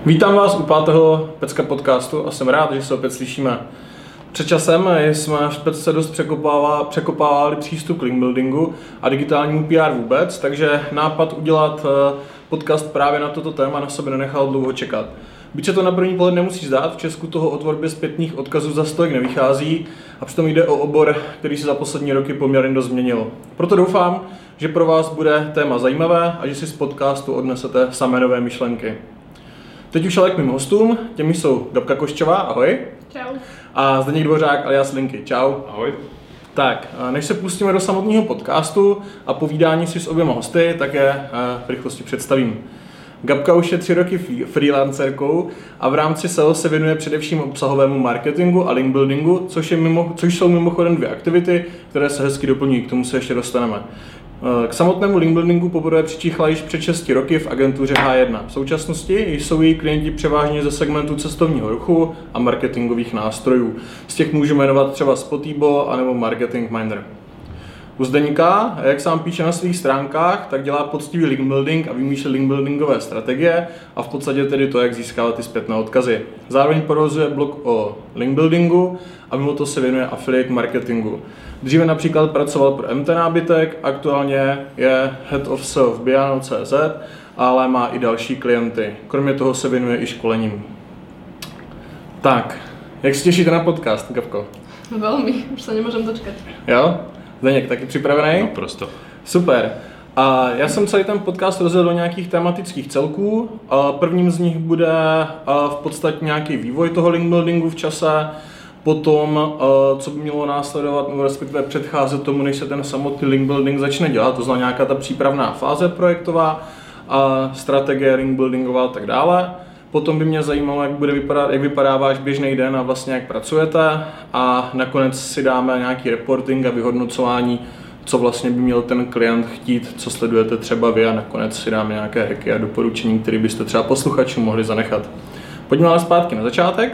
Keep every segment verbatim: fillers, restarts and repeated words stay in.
Vítám vás u pátého Pecka podcastu a jsem rád, že se opět slyšíme. Před časem jsme v Pecce dost překopávali přístup k linkbuildingu a digitálnímu P R vůbec, takže nápad udělat podcast právě na toto téma na sebe nenechal dlouho čekat. Byť se to na první pohled nemusí zdát, v Česku toho o tvorbě zpětných odkazů za stolik nevychází a přitom jde o obor, který se za poslední roky poměrně dost změnil. Proto doufám, že pro vás bude téma zajímavé a že si z podcastu odnesete samé nové myšlenky. Teď už ale k mým hostům, těmi jsou Gabka Koščová, ahoj. Čau. A Zdeněk Dvořák alias Linky, čau. Ahoj. Tak, než se pustíme do samotného podcastu a povídání si s oběma hosty, tak je v rychlosti představím. Gabka už je tři roky freelancerkou a v rámci S E O se věnuje především obsahovému marketingu a linkbuildingu, což, je mimo, což jsou mimochodem dvě aktivity, které se hezky doplňují, k tomu se ještě dostaneme. K samotnému linkbuildingu poprvé přičichla již před šesti roky v agentuře H jedna. V současnosti jsou její klienti převážně ze segmentu cestovního ruchu a marketingových nástrojů. Z těch můžeme jmenovat třeba Spotibo anebo Marketing Minder. U Zdeňka, jak sám píše na svých stránkách, tak dělá poctivý linkbuilding a vymýšlí linkbuildingové strategie a v podstatě tedy to, jak získávat ty zpětné odkazy. Zároveň provozuje blog o linkbuildingu a mimo to se věnuje affiliate marketingu. Dříve například pracoval pro M T Nábytek, aktuálně je Head of S E O v Biano tečka cé zet, ale má i další klienty. Kromě toho se věnuje i školením. Tak, jak se těšíte na podcast, Gabko? Velmi, už se nemůžem dočkat. Jo? Zdeněk, taky připravený? No, prosto. Super. A já jsem celý ten podcast rozdělil do nějakých tematických celků. Prvním z nich bude v podstatě nějaký vývoj toho linkbuildingu v čase, potom, co by mělo následovat, nebo respektive předcházet tomu, než se ten samotný linkbuilding začne dělat, to znamená nějaká ta přípravná fáze projektová, a strategie linkbuildingová a tak dále. Potom by mě zajímalo, jak, bude vypadat, jak vypadá váš běžný den a vlastně jak pracujete. A nakonec si dáme nějaký reporting a vyhodnocování, co vlastně by měl ten klient chtít, co sledujete třeba vy a nakonec si dáme nějaké hacky a doporučení, které byste třeba posluchačům mohli zanechat. Pojďme ale zpátky na začátek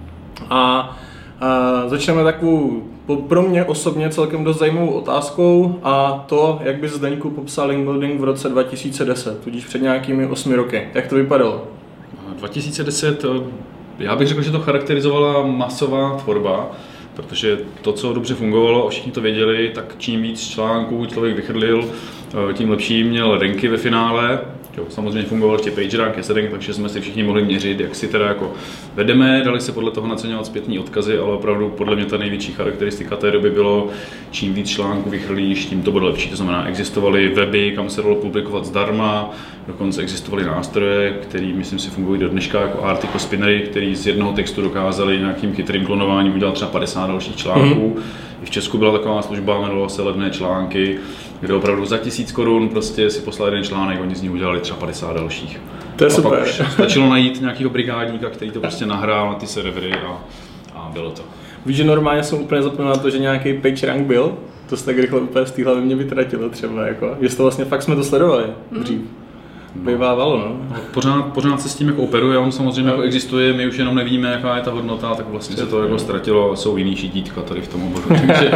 a Uh, začneme takovou pro mě osobně celkem dost zajímavou otázkou a to, jak by Zdeňku popsal linkbuilding v roce dva tisíce deset, tudíž před nějakými osmi roky. Jak to vypadalo? dva tisíce deset, já bych řekl, že to charakterizovala masová tvorba, protože to, co dobře fungovalo a všichni to věděli, tak čím víc článků člověk vychrlil, tím lepší měl ranky ve finále. Jo, samozřejmě fungoval ještě PageRank, S rank, takže jsme si všichni mohli měřit, jak si teda jako vedeme, dali se podle toho naceňovat zpětný odkazy, ale opravdu podle mě ta největší charakteristika té doby bylo, čím víc článků vychrlíš, tím to bude lepší. To znamená, existovaly weby, kam se dalo publikovat zdarma, dokonce existovaly nástroje, které myslím si fungují do dneška jako article spinnery, který z jednoho textu dokázali nějakým chytrým klonováním udělat třeba padesát dalších článků. Mm-hmm. I v Česku byla taková služba, jmenovala se Levné články, kde opravdu za tisíc korun prostě si poslali jeden článek, oni z ní udělali třeba padesát dalších. To je a super. Pak už stačilo najít nějakého brigádníka, který to prostě nahrál na ty servery a, a bylo to. Víš, že normálně jsem úplně zapomněl na to, že nějaký PageRank byl, to se tak rychle úplně z té hlavy mě vytratilo třeba, jako, že to vlastně fakt jsme to sledovali dřív. Bývávalo, no. Pořád, pořád se s tím jako operuje, on samozřejmě jako existuje, my už jenom nevíme, jaká je ta hodnota, tak vlastně se to jako ztratilo, jsou jiný šitítka tady v tom oboru. Takže...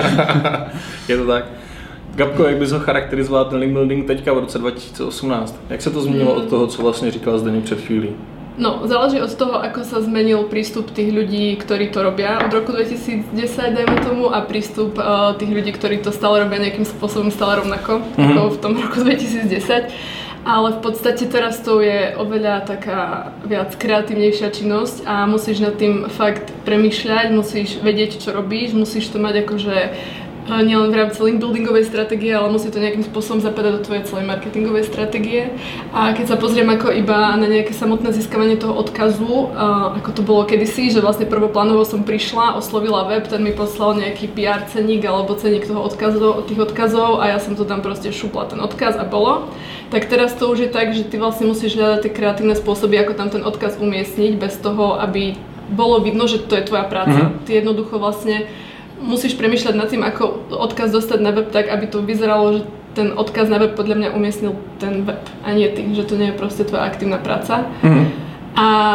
je to tak. Gabko, jak bys ho charakterizoval ten linkbuilding teďka v roce dva tisíce osmnáct? Jak se to změnilo od toho, co vlastně říkal Zdeněk před chvílí? No, záleží od toho, ako sa zmenil prístup tých ľudí, ktorí to robia od roku dvetisícdesať, dajme tomu, a prístup uh, tých ľudí, ktorí to stále robia nejakým spôsobom stále rovnako, mm-hmm. ako v tom roku dvetisícdesať. Ale v podstate teraz to je oveľa taká viac kreatívnejšia činnosť a musíš nad tým fakt premýšľať, musíš vedieť, čo robíš, musíš to mať akože nielen v rámci linkbuildingovej stratégie, ale musí to nejakým spôsobom zapadať do tvojej celej marketingovej stratégie. A keď sa pozriem ako iba na nejaké samotné získavanie toho odkazu, ako to bolo kedysi, že vlastne prvoplánovo som prišla, oslovila web, ten mi poslal nejaký P R ceník alebo ceník toho odkazu, tých odkazov a ja som to tam proste šupla ten odkaz a bolo. Tak teraz to už je tak, že ty vlastne musíš hľadať tie kreatívne spôsoby, ako tam ten odkaz umiestniť bez toho, aby bolo vidno, že to je tvoja práca. Mm-hmm. Ty jednoducho vlastne musíš premýšľať nad tým, ako odkaz dostať na web tak, aby to vyzeralo, že ten odkaz na web podľa mňa umiestnil ten web a nie ty, že to nie je proste tvoja aktívna práca. Mm. A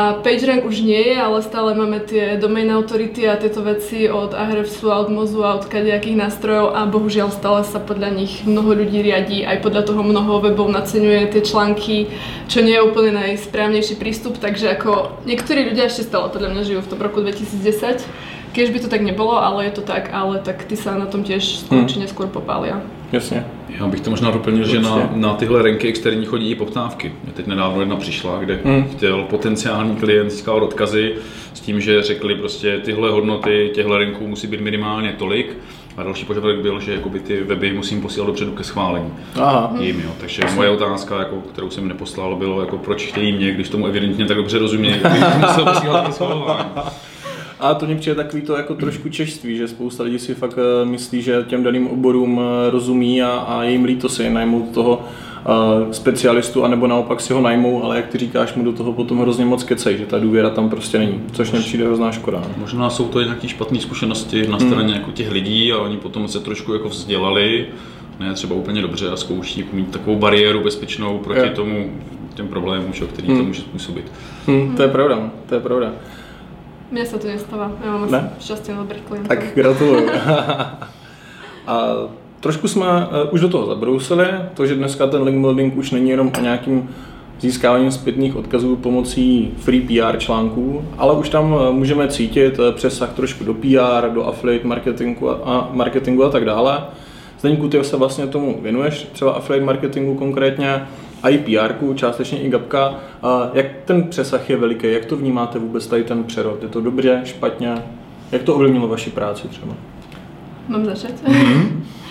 A PageRank už nie je, ale stále máme tie domain authority a tieto veci od Ahrefsu a od Mozu a od kadejakých nástrojov a bohužiaľ stále sa podľa nich mnoho ľudí riadí, aj podľa toho mnoho webov naceňuje tie články, čo nie je úplne najsprávnejší prístup, takže ako niektorí ľudia ešte stále podľa mňa žijú v tom roku dvetisícdesať. Keď by to tak nebolo, ale je to tak, ale tak ty sa na tom tiež skôr či neskôr popália. Jasně. Já bych to možná doplnil, že na, na tyhle ranky externí chodí i poptávky. Mě teď nedávno jedna přišla, kde hmm. chtěl potenciální klient získat odkazy s tím, že řekli prostě tyhle hodnoty těchto ranků musí být minimálně tolik. A další požadavek byl, že jakoby ty weby musím posílat dopředu ke schválení. Aha. Jim, jo. Takže moje otázka, jako, kterou jsem neposlal, bylo, jako, proč chtějí mě, když tomu evidentně tak dobře rozumějí, když to musel posílat ke schválování. A to mě přijde takový to jako trošku češství, že spousta lidí si fakt myslí, že těm daným oborům rozumí a, a je jim líto si najmout toho uh, specialistu, anebo naopak si ho najmou, ale jak ty říkáš, mu do toho potom hrozně moc kecej, že ta důvěra tam prostě není, což mě přijde hrozná škoda. Možná jsou to nějaké špatné zkušenosti na straně hmm. jako těch lidí a oni potom se trošku jako vzdělali, ne třeba úplně dobře a zkouší jako mít takovou bariéru bezpečnou proti je. tomu těm problémům, který hmm. to může způsobit. Hmm, to je pravda, to je pravda. Mne sa to nestáva, ja mám ne? asi šťastie na dobrých klientov. Tak gratuluju. A trošku jsme uh, už do toho zabrousili, to, že dneska ten link building už není jenom o nějakým získáváním zpětných odkazů pomocí free P R článků, ale už tam uh, můžeme cítit uh, přesah trošku do P R, do affiliate marketingu a, a marketingu a tak dále. Zdeňku, ty se vlastně tomu věnuješ, třeba affiliate marketingu konkrétně, a i P R ku, částečně i Gabka. A jak ten přesah je veliký? Jak to vnímáte vůbec tady ten přerod? Je to dobře, špatně? Jak to ovlivnilo vaši práci třeba? Mám začať? Mm-hmm.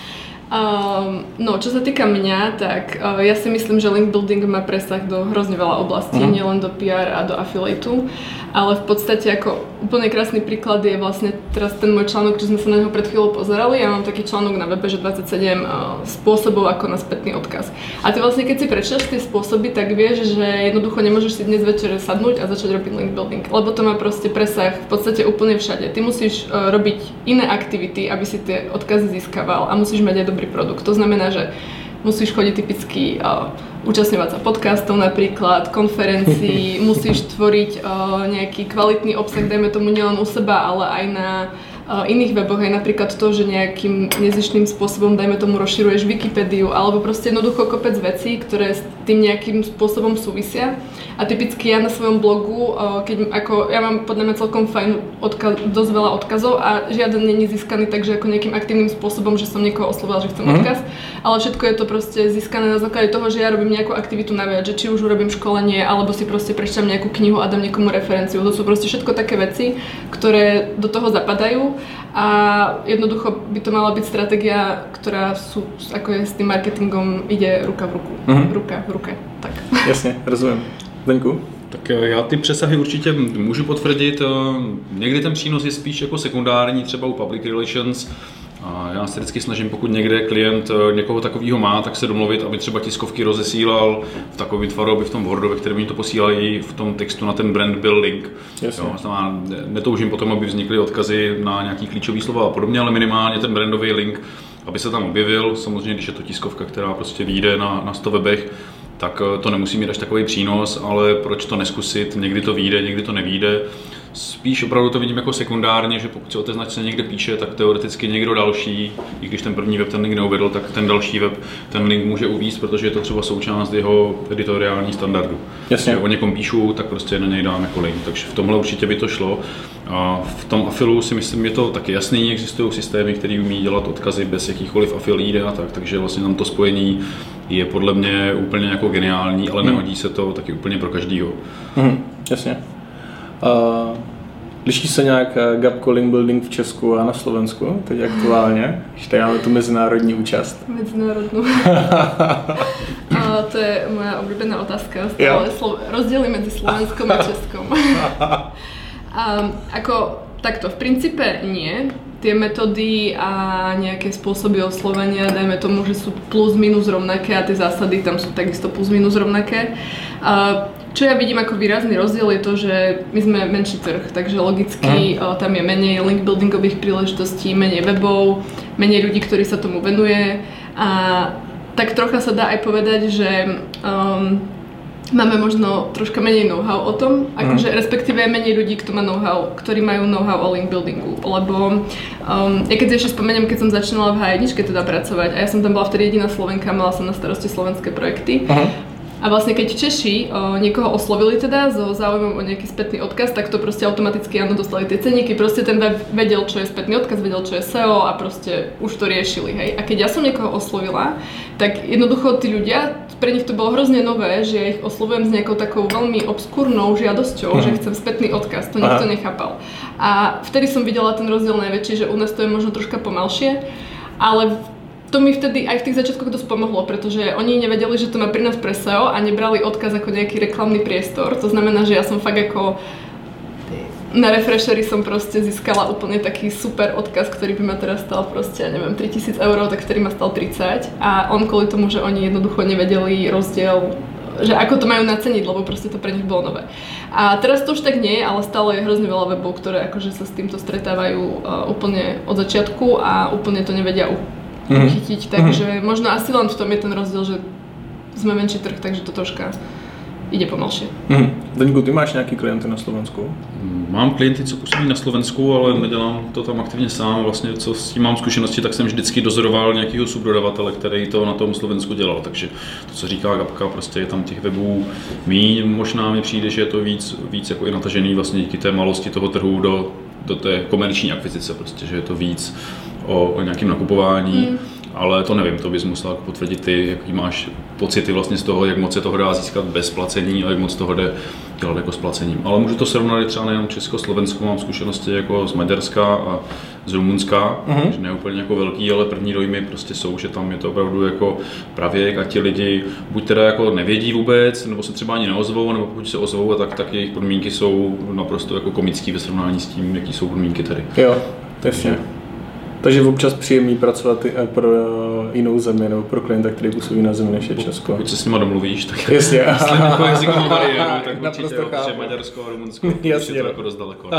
Um, no, čo sa týka mňa, tak uh, ja si myslím, že link building má presah do hrozne veľa oblastí, uh-huh. nielen do P R a do affiliateu, ale v podstate ako úplne krásny príklad je vlastne teraz ten môj článok, čo sme sa na neho pred chvíľou pozerali. Ja mám taký článok na webe, že dvadsaťsedem uh, spôsobov ako na spätný odkaz. A ty vlastne keď si prečítaš tie spôsoby, tak vieš, že jednoducho nemôžeš si dnes večer sadnúť a začať robiť link building, lebo to má proste presah v podstate úplne všade. Ty musíš uh, robiť iné aktivity, aby si tie odkazy získaval a musíš mať aj dobrý produkt. To znamená, že musíš chodiť typicky uh, účastňovať sa podcastov napríklad, konferencií, musíš tvoriť uh, nejaký kvalitný obsah, dajme tomu nielen u seba, ale aj na uh, iných weboch, aj napríklad to, že nejakým nezištným spôsobom, dajme tomu, rozširuješ Wikipédiu, alebo proste jednoducho kopec vecí, ktoré s tým nejakým spôsobom súvisia. A typicky ja na svojom blogu, uh, keď ako, ja mám podľa mňa celkom fajn odkaz, dosť veľa odkazov a žiaden není získaný takže ako nejakým aktívnym spôsobom, že som niekoho oslovila, že chcem mm. odkaz, ale všetko je to proste získané na základe toho, že ja robím nejakú aktivitu naviac, že či už urobím školenie, alebo si proste prečítam nejakú knihu a dám niekomu referenciu. To sú proste všetko také veci, ktoré do toho zapadajú a jednoducho by to mala byť stratégia, ktorá sú, ako je s tým marketingom, ide ruka v ruku. Mm-hmm. Ruka v ruke, tak. Jasně, rozumím. Zdeňku? Tak já ty přesahy určitě můžu potvrdit. Někdy ten přínos je spíš jako sekundární, třeba u public relations. A já se vždycky snažím, pokud někde klient někoho takového má, tak se domluvit, aby třeba tiskovky rozesílal v takovém tvaru, aby v tom Wordu, ve kterém to posílají v tom textu na ten brand byl link. Jo, znamená, netoužím potom, aby vznikly odkazy na nějaký klíčový slova a podobně, ale minimálně ten brandový link, aby se tam objevil. Samozřejmě, když je to tiskovka, která prostě vyjde na, na sto webech, tak to nemusí mít až takový přínos, ale proč to neskusit, někdy to vyjde, někdy to nevyjde. Spíš opravdu to vidím jako sekundárně, že pokud se o té značce někde píše, tak teoreticky někdo další, i když ten první web ten link neuvedl, tak ten další web ten link může uvést, protože je to třeba součást jeho editoriální standardu. Jasně. Když o někom píšu, tak prostě na něj dám jako link, takže v tomhle určitě by to šlo. A v tom afilu si myslím, je to taky jasný, existují systémy, které umí dělat odkazy bez jakýchkoliv affiliate a tak, takže vlastně tam to spojení je podle mě úplně jako geniální, ale hmm. nehodí se to taky úplně pro každýho. Hmm, jasně. Uh, liší se nějak Gabko link building v Česku a na Slovensku, teď aktuálně, když tady máme tu mezinárodní účast? Medzinárodnú. uh, to je moja obľúbená otázka, stále slo- rozdiely medzi Slovenskom a Českom. um, ako takto, v princípe nie. Tie metódy a nejaké spôsoby oslovenia, dajme tomu, že sú plus minus rovnaké a tie zásady tam sú takisto plus minus rovnaké. Uh, Čo ja vidím ako výrazný rozdiel je to, že my sme menší trh, takže logicky mm. tam je menej link buildingových príležitostí, menej webov, menej ľudí, ktorí sa tomu venuje a tak trocha sa dá aj povedať, že um, máme možno troška menej know-how o tom, akože mm. respektíve menej ľudí, kto má know-how, ktorí majú know-how o link buildingu, lebo um, ja keď si ešte spomeniem, keď som začínala v há jedna teda pracovať a ja som tam bola vtedy jediná Slovenka, mala som na starosti slovenské projekty. Uh-huh. A vlastne keď Češi o, niekoho oslovili teda so záujmom o nejaký spätný odkaz, tak to proste automaticky áno dostali tie ceníky, proste ten web vedel, čo je spätný odkaz, vedel, čo je es e o a proste už to riešili, hej. A keď ja som niekoho oslovila, tak jednoducho tí ľudia, pre nich to bolo hrozne nové, že ja ich oslovujem s nejakou takou veľmi obskúrnou žiadosťou, uh-huh. že chcem spätný odkaz, to nikto uh-huh. nechápal. A vtedy som videla ten rozdiel najväčší, že u nás to je možno troška pomalšie, ale to mi vtedy aj v tých začiatkoch dosť pomohlo, pretože oni nevedeli, že to má pri nás pre es e o a nebrali odkaz ako nejaký reklamný priestor. To znamená, že ja som fakt ako na refresheri som proste získala úplne taký super odkaz, ktorý by ma teraz stal proste, ja neviem, tritisíc eur, tak ktorý ma stal tridsať a on kvôli tomu, že oni jednoducho nevedeli rozdiel, že ako to majú naceniť, lebo proste to pre nich bolo nové. A teraz to už tak nie, ale stále je hrozne veľa webov, ktoré akože sa s týmto stretávajú uh, úplne od začiatku a úplne to nevedia uchytiť, mm. takže mm. možno asi len v tom je ten rozdiel, že sme menší trh, takže to troška ide pomalšie. Mm. Deňku, ty máš nějaký klienty na Slovensku? Mám klienty, co působí na Slovensku, ale nedělám to tam aktivně sám. Vlastně, co s tím mám zkušenosti, tak jsem vždycky dozoroval nějakého subdodavatele, který to na tom Slovensku dělal. Takže to, co říká Gabka, prostě je tam těch webů míň. Možná mi přijde, že je to víc, víc jako i natažený vlastně díky té malosti toho trhu do, do té komerční akvizice, prostě, že je to víc o, o nějakém nakupování. Mm. Ale to nevím, to bys musel potvrdit ty, jaký máš pocity vlastně z toho, jak moc se toho dá získat bez placení a jak moc toho jde dělat jako s placením. Ale můžu to srovnat třeba nejen Česko-Slovensku, mám zkušenosti jako z Maďarska a z Rumunska, mm-hmm. že ne úplně jako velký, ale první dojmy prostě jsou, že tam je to opravdu jako pravěk a ti lidi buď teda jako nevědí vůbec, nebo se třeba ani neozvou, nebo pokud se ozvou, tak, tak jejich podmínky jsou naprosto jako komický ve srovnání s tím, jaký jsou podmínky tady. Jo, jasně. Takže občas příjemný pracovat pro jinou zemi nebo pro klienta, který působí na zemi než je Česko. Pokud se s nima domluvíš, tak jasně. Jestli jako jazykovou bariéru, tak určitě, protože Maďarsko a Rumunsko je to jako dost daleko.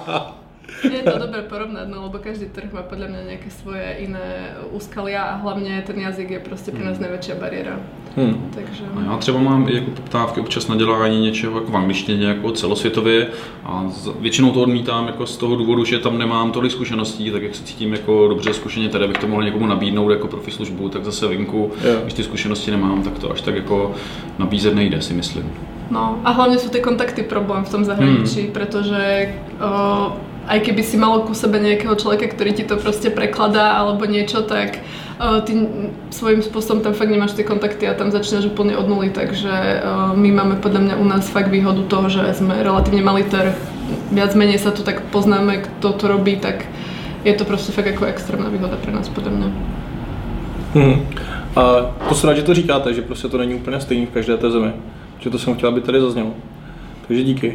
Je to dobré porovnať, no lebo každý trh má podľa mňa nejaké svoje iné úskalia a hlavne ten jazyk je prostě pro nás největší bariéra. Hmm. Takže... A já třeba mám i jako poptávky občas na dělání něčeho jako v angličtině jako celosvětově a většinou to odmítám jako z toho důvodu, že tam nemám tolik zkušeností, tak jak se cítím jako dobře zkušeně tady, abych to mohl někomu nabídnout jako profi službu, tak zase vinku, yeah. Když ty zkušenosti nemám, tak to až tak jako nabízet nejde, si myslím. No a hlavně jsou ty kontakty problém v tom zahraničí, hmm. pretože uh, aj keby si mal ku sebe nejakého človeka, ktorý ti to proste prekladá alebo niečo, tak uh, ty svojím spôsobom tam fakt nemáš tie kontakty a tam začínaš úplne od nuly, takže uh, my máme podľa mňa u nás fakt výhodu toho, že sme relatívne malý trh, viac menej sa tu tak poznáme, kto to robí, tak je to proste fakt ako extrémna výhoda pre nás podľa mňa. Hmm. A to se rád, že to říkáte, že prostě to není úplně stejný v každé té zemi, že to jsem chtěl, aby tady zaznělo. Takže díky.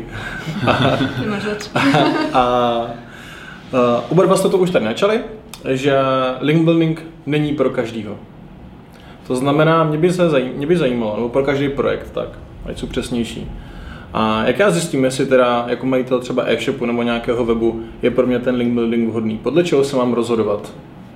a, a, a oba dva jste to už tady načali, že link building není pro každýho. To znamená, mě by, se zajím, mě by zajímalo, nebo pro každý projekt, tak, ať jsou přesnější. A jak já zjistím, jestli teda jako majitel třeba e-shopu nebo nějakého webu je pro mě ten link building vhodný? Podle čeho se mám rozhodovat?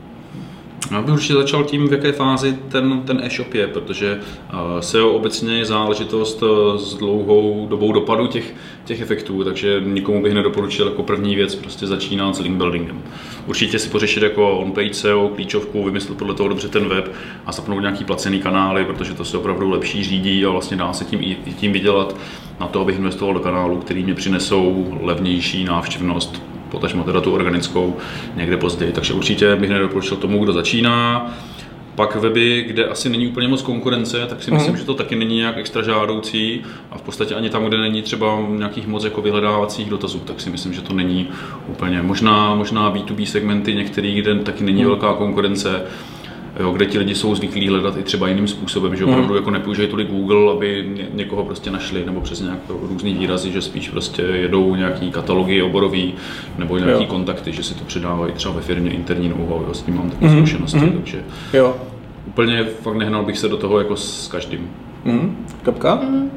Já bych určitě začal tím, v jaké fázi ten, ten e-shop je, protože S E O obecně je záležitost s dlouhou dobou dopadu těch, těch efektů, takže nikomu bych nedoporučil jako první věc prostě začínat s link buildingem. Určitě si pořešit jako on-page S E O, klíčovku, vymyslet podle toho dobře ten web a zapnout nějaký placený kanály, protože to se opravdu lepší řídí a vlastně dá se tím i tím vydělat na to, abych investoval do kanálů, který mě přinesou levnější návštěvnost, potažmo teda tu organickou někde později. Takže určitě bych nedoporučil tomu, kdo začíná. Pak weby, kde asi není úplně moc konkurence, tak si myslím, mm. že to taky není nějak extra žádoucí a v podstatě ani tam, kde není třeba nějakých moc jako vyhledávacích dotazů, tak si myslím, že to není úplně. Možná, možná B to B segmenty některých, kde taky není mm. velká konkurence, jo, kde ti lidi jsou zvyklí hledat i třeba jiným způsobem, že opravdu jako nepoužívají tolik Google, aby někoho prostě našli, nebo přes nějaké různý výrazy, že spíš prostě jedou nějaký katalogy oborový, nebo nějaký jo. kontakty, že si to předávají třeba ve firmě interní know-how, s tím mám takové mm-hmm. zkušenosti, mm-hmm. takže jo. úplně fakt nehnal bych se do toho jako s každým. Mm. Kapka? Mm.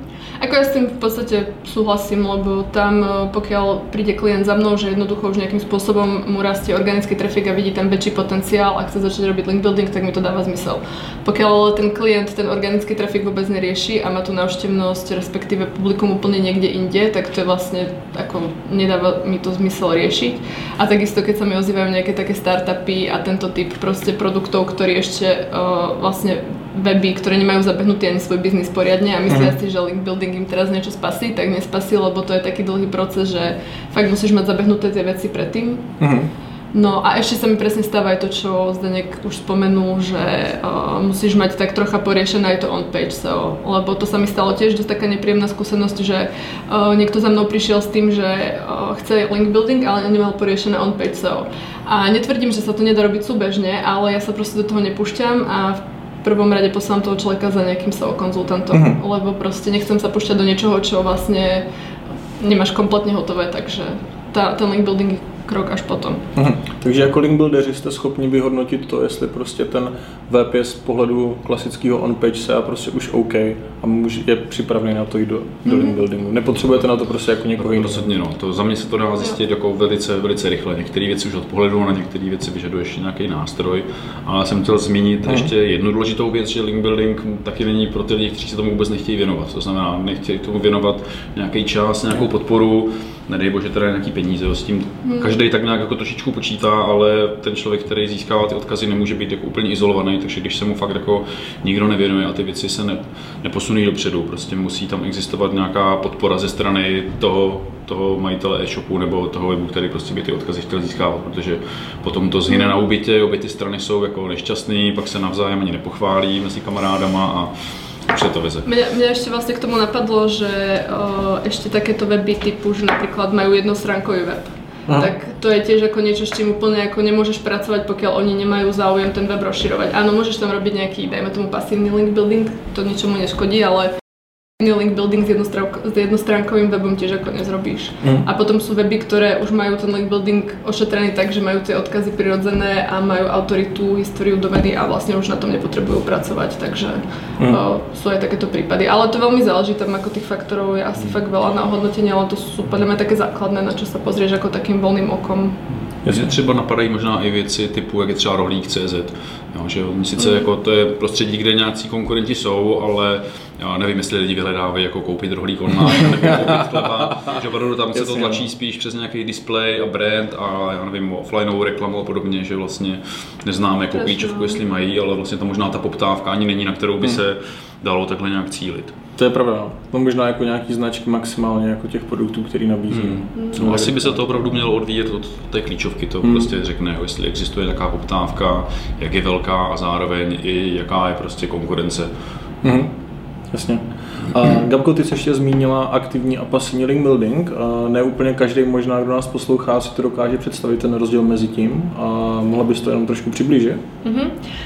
Ako ja s tým v podstate súhlasím, lebo tam pokiaľ príde klient za mnou, že jednoducho už nejakým spôsobom mu rastie organický trafik a vidí tam väčší potenciál a chce začať robiť link building, tak mi to dáva zmysel. Pokiaľ ten klient ten organický trafik vôbec nerieši a má tu návštevnosť, respektíve publikum úplne niekde inde, tak to je vlastne ako nedáva mi to zmysel riešiť. A takisto keď sa mi ozývajú nejaké také startupy a tento typ proste produktov, ktorí ešte uh, vlastne weby, ktoré nemajú zabehnutý ani svoj biznis poriadne a myslia mm. si, že link building im teraz niečo spasí, tak nespasí, lebo to je taký dlhý proces, že fakt musíš mať zabehnuté tie veci predtým. Mm. No a ešte sa mi presne stáva aj to, čo Zdeněk už spomenul, že uh, musíš mať tak trocha poriešené aj to on-page es e o, lebo to sa mi stalo tiež dosť taká nepríjemná skúsenosť, že uh, niekto za mnou prišiel s tým, že uh, chce link building, ale nemal poriešené on-page es o. A netvrdím, že sa to nedá robiť súbežne, ale ja sa proste do toho nepúšťam a v prvom rade poslám toho človeka za nejakým es e o konzultantom, mm-hmm. lebo proste nechcem sa púšťať do niečoho, čo vlastne nemáš kompletne hotové, takže tá, ten link building krok až potom. Mhm. Takže jako link buildeři jste schopni vyhodnotit to, jestli prostě ten web je z pohledu klasického on-page es e o prostě už OK a je připravený na to jít do, do mm. link buildingu. Nepotřebujete na to prostě jako někoho jiného. Rozhodně no, to za mě se to dá zjistit jako velice, velice rychle. Některé věci už od pohledu, na některé věci vyžaduje ještě nějaký nástroj. A jsem chtěl zmínit mm. ještě jednu důležitou věc, že link building taky není pro ty lidi, kteří se tomu vůbec nechtějí věnovat. To znamená, nechtějí tomu věnovat nějaký čas, nějakou podporu, nedej bože teda nějaký peníze, s tím mm. každý tak nějak jako trošičku počítá, ale ten člověk, který získává ty odkazy, nemůže být jako úplně izolovaný, takže když se mu fakt jako nikdo nevěnuje a ty věci se ne, neposunují dopředu, prostě musí tam existovat nějaká podpora ze strany toho, toho majitele e-shopu nebo toho webu, který prostě by ty odkazy chtěl získávat, protože potom to zhyne na úbytě, obě ty strany jsou jako nešťastný, pak se navzájem ani nepochválí mezi kamarádama a to veze. Mňa, mňa ešte vlastne k tomu napadlo, že o, ešte takéto weby typu, že napríklad majú jednostránkový web. Aha. Tak to je tiež ako niečo, s čím úplne ako nemôžeš pracovať, pokiaľ oni nemajú záujem ten web rozširovať. Áno, môžeš tam robiť nejaký, dajme tomu pasívny link building, to ničomu neškodí, ale link building s, s jednostránkovým webom tiež ako nezrobíš. Mm. A potom sú weby, ktoré už majú ten link building ošetrený tak, že majú tie odkazy prirodzené a majú autoritu, históriu domény a vlastne už na tom nepotrebujú pracovať, takže mm. o, sú aj takéto prípady. Ale to veľmi záleží, tam ako tých faktorov je asi mm. fakt veľa na ohodnotenie, ale to sú podľa mňa také základné, na čo sa pozrieš ako takým voľným okom. Mně třeba napadají možná i věci typu, jak je třeba rohlík tečka cé zet, jo, že oni sice mm. jako to je prostředí, kde nějací konkurenti jsou, ale já nevím, jestli lidi vyhledávají jako koupit rohlík online, nebo koupit chleba, že opravdu tam se to tlačí spíš přes nějaký display a brand a já nevím, offlineovou reklamu a podobně, že vlastně neznáme jako klíčovku, jestli mají, ale vlastně tam možná ta poptávka ani není, na kterou by se dalo takhle nějak cílit. To je pravda, no možná jako nějaký značky maximálně jako těch produktů, který nabízí. Hmm. No, asi by se to opravdu mělo odvíjet od té klíčovky, to hmm. prostě řekne, jestli existuje taková poptávka, jak je velká a zároveň i jaká je prostě konkurence. Hmm. Jasně. A Gabko, ty jsi ještě zmínila aktivní a pasivní link building. A ne úplně každý možná, kdo nás poslouchá, si to dokáže představit ten rozdíl mezi tím. A mohla bys to jenom trošku přiblížit? Mm-hmm.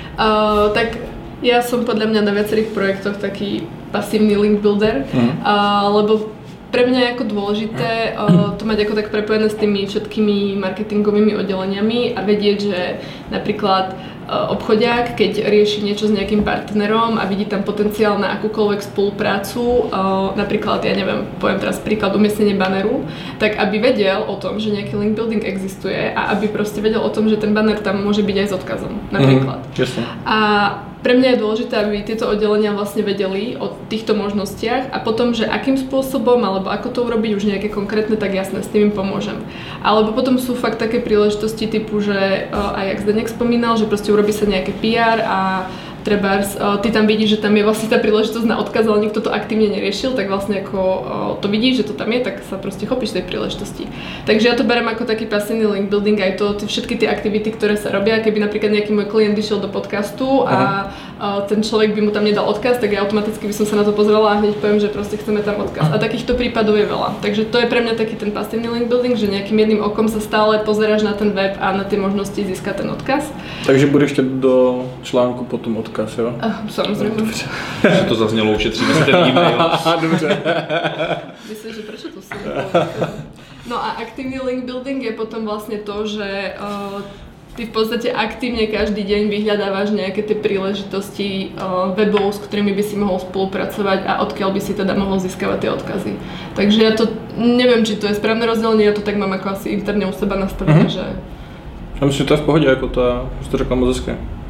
Uh, tak ja som podľa mňa na viacerých projektoch taký pasívny link builder, mm. uh, lebo pre mňa je ako dôležité uh, to mať ako tak prepojené s tými všetkými marketingovými oddeleniami a vedieť, že napríklad uh, obchodiak, keď rieši niečo s nejakým partnerom a vidí tam potenciál na akúkoľvek spoluprácu, uh, napríklad, ja neviem, poviem teraz príklad umiestnenie banneru, tak aby vedel o tom, že nejaký link building existuje a aby proste vedel o tom, že ten banner tam môže byť aj s odkazom, napríklad. Mm, a pre mňa je dôležité, aby tieto oddelenia vlastne vedeli o týchto možnostiach a potom, že akým spôsobom alebo ako to urobiť už nejaké konkrétne, tak jasné, s tým im pomôžem. Alebo potom sú fakt také príležitosti typu, že aj jak Zdeněk spomínal, že proste urobí sa nejaké pé er a trebárs, ty tam vidíš, že tam je vlastne tá príležitosť na odkaz, ale nikto to aktívne neriešil, tak vlastne ako to vidíš, že to tam je, tak sa proste chopíš tej príležitosti. Takže ja to berem ako taký pasívny link building, aj to, všetky tie aktivity, ktoré sa robia, keby napríklad nejaký môj klient išiel do podcastu a uh, ten človek by mu tam nedal odkaz, tak ja automaticky by som sa na to pozrela a hneď poviem, že proste chceme tam odkaz. A takýchto prípadov je veľa. Takže to je pre mňa taký ten pasívny link building, že nejakým jedným okom sa stále pozeráš na ten web a na tie možnosti získať ten odkaz. Takže budeš do článku potom odkaz. Jo? Uh, samozřejmě. Dobře. Že to zaznělo, ušetříme si ten e-mail. Dobře. Myslím, že prečo to si No a aktivní link building je potom vlastne to, že uh, ty v podstate aktívne každý deň vyhľadávaš nejaké tie príležitosti uh, webov, s ktorými by si mohol spolupracovať a odkiaľ by si teda mohol získavať tie odkazy. Takže ja to neviem, či to je správne rozdelenie, ja to tak mám ako asi interne u seba nastavené, mm-hmm. že... Já myslím, že to je v pohodě, jako to, že to řekla moc hezky.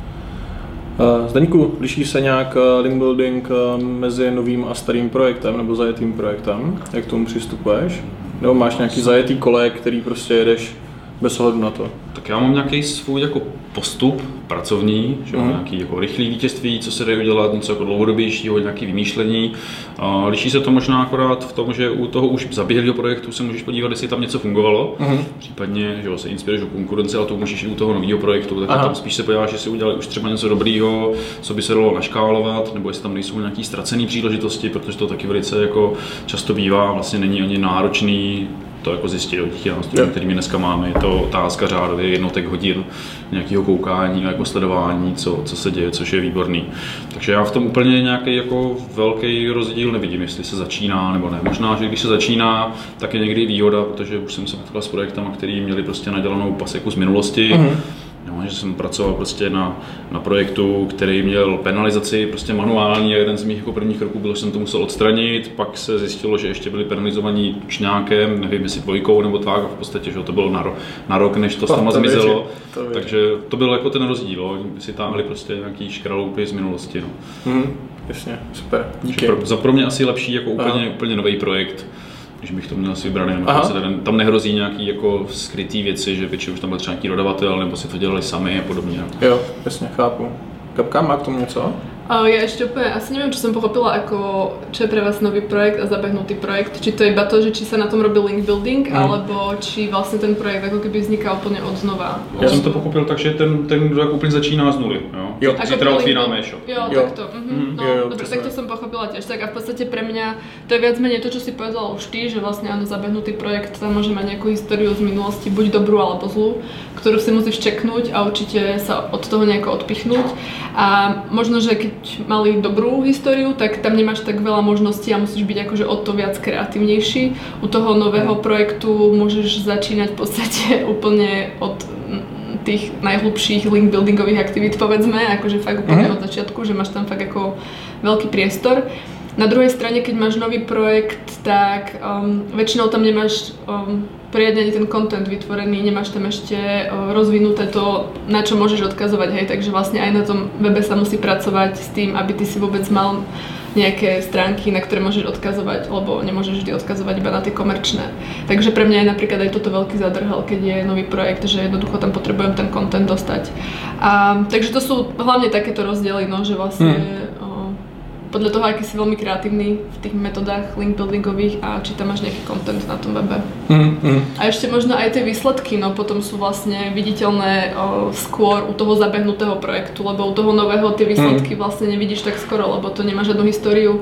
Uh, Zdeňku, liší se nějak uh, link building uh, mezi novým a starým projektem nebo zajetým projektem? Jak k tomu přistupuješ? Nebo máš nějaký zajetý kole, který prostě jedeš bez ohledu na to? Tak já mám nějaký svůj jako postup pracovní, že mám mm. nějaký jako rychlý vítězství, co se dá udělat, něco jako dlouhodobějšího, nějaké vymýšlení. A liší se to možná akorát v tom, že u toho už zaběhlého projektu se můžeš podívat, jestli tam něco fungovalo, mm. případně, že jo, se inspiruješ do konkurence, ale to můžeš i u toho nového projektu, tak tam spíš se podíváš, jestli udělali už třeba něco dobrýho, co by se dalo naškálovat, nebo jestli tam nejsou nějaké ztracené příležitosti, protože to taky velice jako často bývá, vlastně není ani náročný to jako zjistit od těch nástrojů, kterými dneska máme. Je to otázka řádově jednotek hodin nějakého koukání a jako sledování, co, co se děje, což je výborný. Takže já v tom úplně nějaký jako velký rozdíl nevidím, jestli se začíná nebo ne. Možná, že když se začíná, tak je někdy výhoda, protože už jsem se potkal s projektama, který měli prostě nadělanou paseku z minulosti. Mm-hmm. No, že jsem pracoval prostě na, na projektu, který měl penalizaci prostě manuální a jeden z mých jako prvních kroků bylo, že jsem to musel odstranit, pak se zjistilo, že ještě byli penalizovaní tučňákem, nevím jestli dvojkou nebo tak, a v podstatě, že to bylo na, ro, na rok, než to tam zmizelo, to takže to byl jako ten rozdíl, si táhli prostě nějaký škraloupy z minulosti. No. Mm, jasně, super, díky. Pro, za pro mě asi lepší jako úplně, úplně nový projekt. Když bych to měl asi vybraný, tam nehrozí nějaký jako skrytý věci, že většinou už tam byl třeba nějaký dodavatel, nebo si to dělali sami a podobně. Jo, jasně, chápu. Gabka, má k tomu něco? Ja ešte úplne, asi neviem, čo som pochopila, ako, čo je pre vás nový projekt a zabehnutý projekt. Či to je iba to, že či sa na tom robí link building, mm. alebo či vlastne ten projekt ako keby vzniká úplne od znova. Já jsem to pochopil tak, že ten, ten kdo jako úplně začíná z nuly. Jo? Jo. Zítra otvíráme e-shop. Jo, jo, takto. Mhm. No, jo, jo, dobre, tak to som pochopila tiež. Tak a v podstate pre mňa to je viac menej to, čo si povedala už ty, že vlastne áno, zabehnutý projekt tam môže mať nejakú históriu z minulosti, buď dobrú alebo zlú, ktorú si musíš čeknúť a určite sa od toho nejako odpichnúť. A možno, že keď mali dobrú históriu, tak tam nemáš tak veľa možností a musíš byť akože o to viac kreatívnejší. U toho nového projektu môžeš začínať v podstate úplne od tých najhlubších link buildingových aktivít, povedzme, akože fakt úplne od začiatku, že máš tam fakt ako veľký priestor. Na druhej strane, keď máš nový projekt, tak um, väčšinou tam nemáš um, poriadne ani ten content vytvorený, nemáš tam ešte uh, rozvinuté to, na čo môžeš odkazovať, hej, takže vlastne aj na tom webe sa musí pracovať s tým, aby ty si vôbec mal nejaké stránky, na ktoré môžeš odkazovať, lebo nemôžeš vždy odkazovať iba na tie komerčné. Takže pre mňa je napríklad aj toto veľký zadrhel, keď je nový projekt, že jednoducho tam potrebujem ten content dostať. A, takže to sú hlavne takéto rozdiely, no, že vlastne hmm. podľa toho, aký si veľmi kreatívny v tých metodách link buildingových a či tam máš nejaký content na tom webe. Mm, mm. A ešte možno aj tie výsledky, no potom sú vlastne viditeľné o, skôr u toho zabehnutého projektu, lebo u toho nového tie výsledky mm. vlastne nevidíš tak skoro, lebo to nemá žiadnu históriu,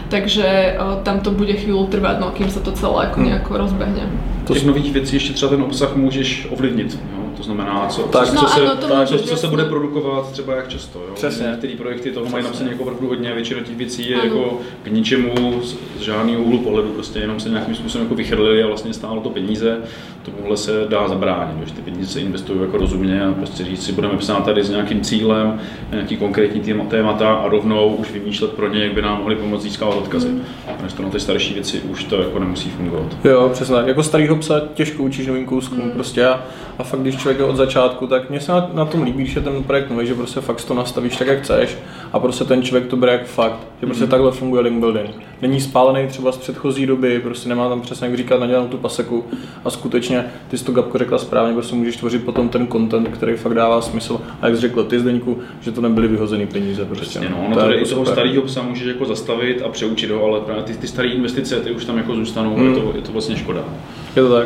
takže o, tam to bude chvíľu trvať, no kým sa to celé ako nejako rozbehne. To z nových věcí ještě třeba ten obsah můžeš ovlivnit, jo? To znamená, co, tak, co, no, co, se, ano, tak, co, co se bude produkovat, třeba jak často. Jo? Přesně. Některé projekty toho mají napsané jako opravdu hodně a většina těch věcí je jako k ničemu z, z žádného úhlu pohledu, prostě jenom se nějakým způsobem jako vychrlili a vlastně stálo to peníze. Tomuhle se dá zabránit, že ty peníze se investují jako rozumně a prostě říct si, budeme psát tady s nějakým cílem, nějaký konkrétní témata a rovnou už vymýšlet pro ně, jak by nám mohli pomoct získávat odkazy. Mm. A než to na ty starší věci už to jako nemusí fungovat. Jo, přesně. Jako starýho psa těžko učíš novým kouskům, mm. prostě a, a fakt když člověk je od začátku, tak mně se na, na tom líbí, když je ten projekt nový, že prostě fakt to nastavíš tak, jak chceš a prostě ten člověk to bere jako fakt, že prostě mm. takhle funguje link building. Není spálený třeba z předchozí doby, prostě nemá tam přesně jak říkat nadělanou tu paseku a skutečně, ty jsi to Gabko řekla správně, prostě můžeš tvořit potom ten content, který fakt dává smysl a jak jsi řekl ty Zdeňku, že to nebyly vyhozený peníze prostě. Přesně, no, no to je i toho starého psa můžeš jako zastavit a přeučit ho, ale právě ty, ty staré investice, ty už tam jako zůstanou, mm. je, to, je to vlastně škoda. Je to tak.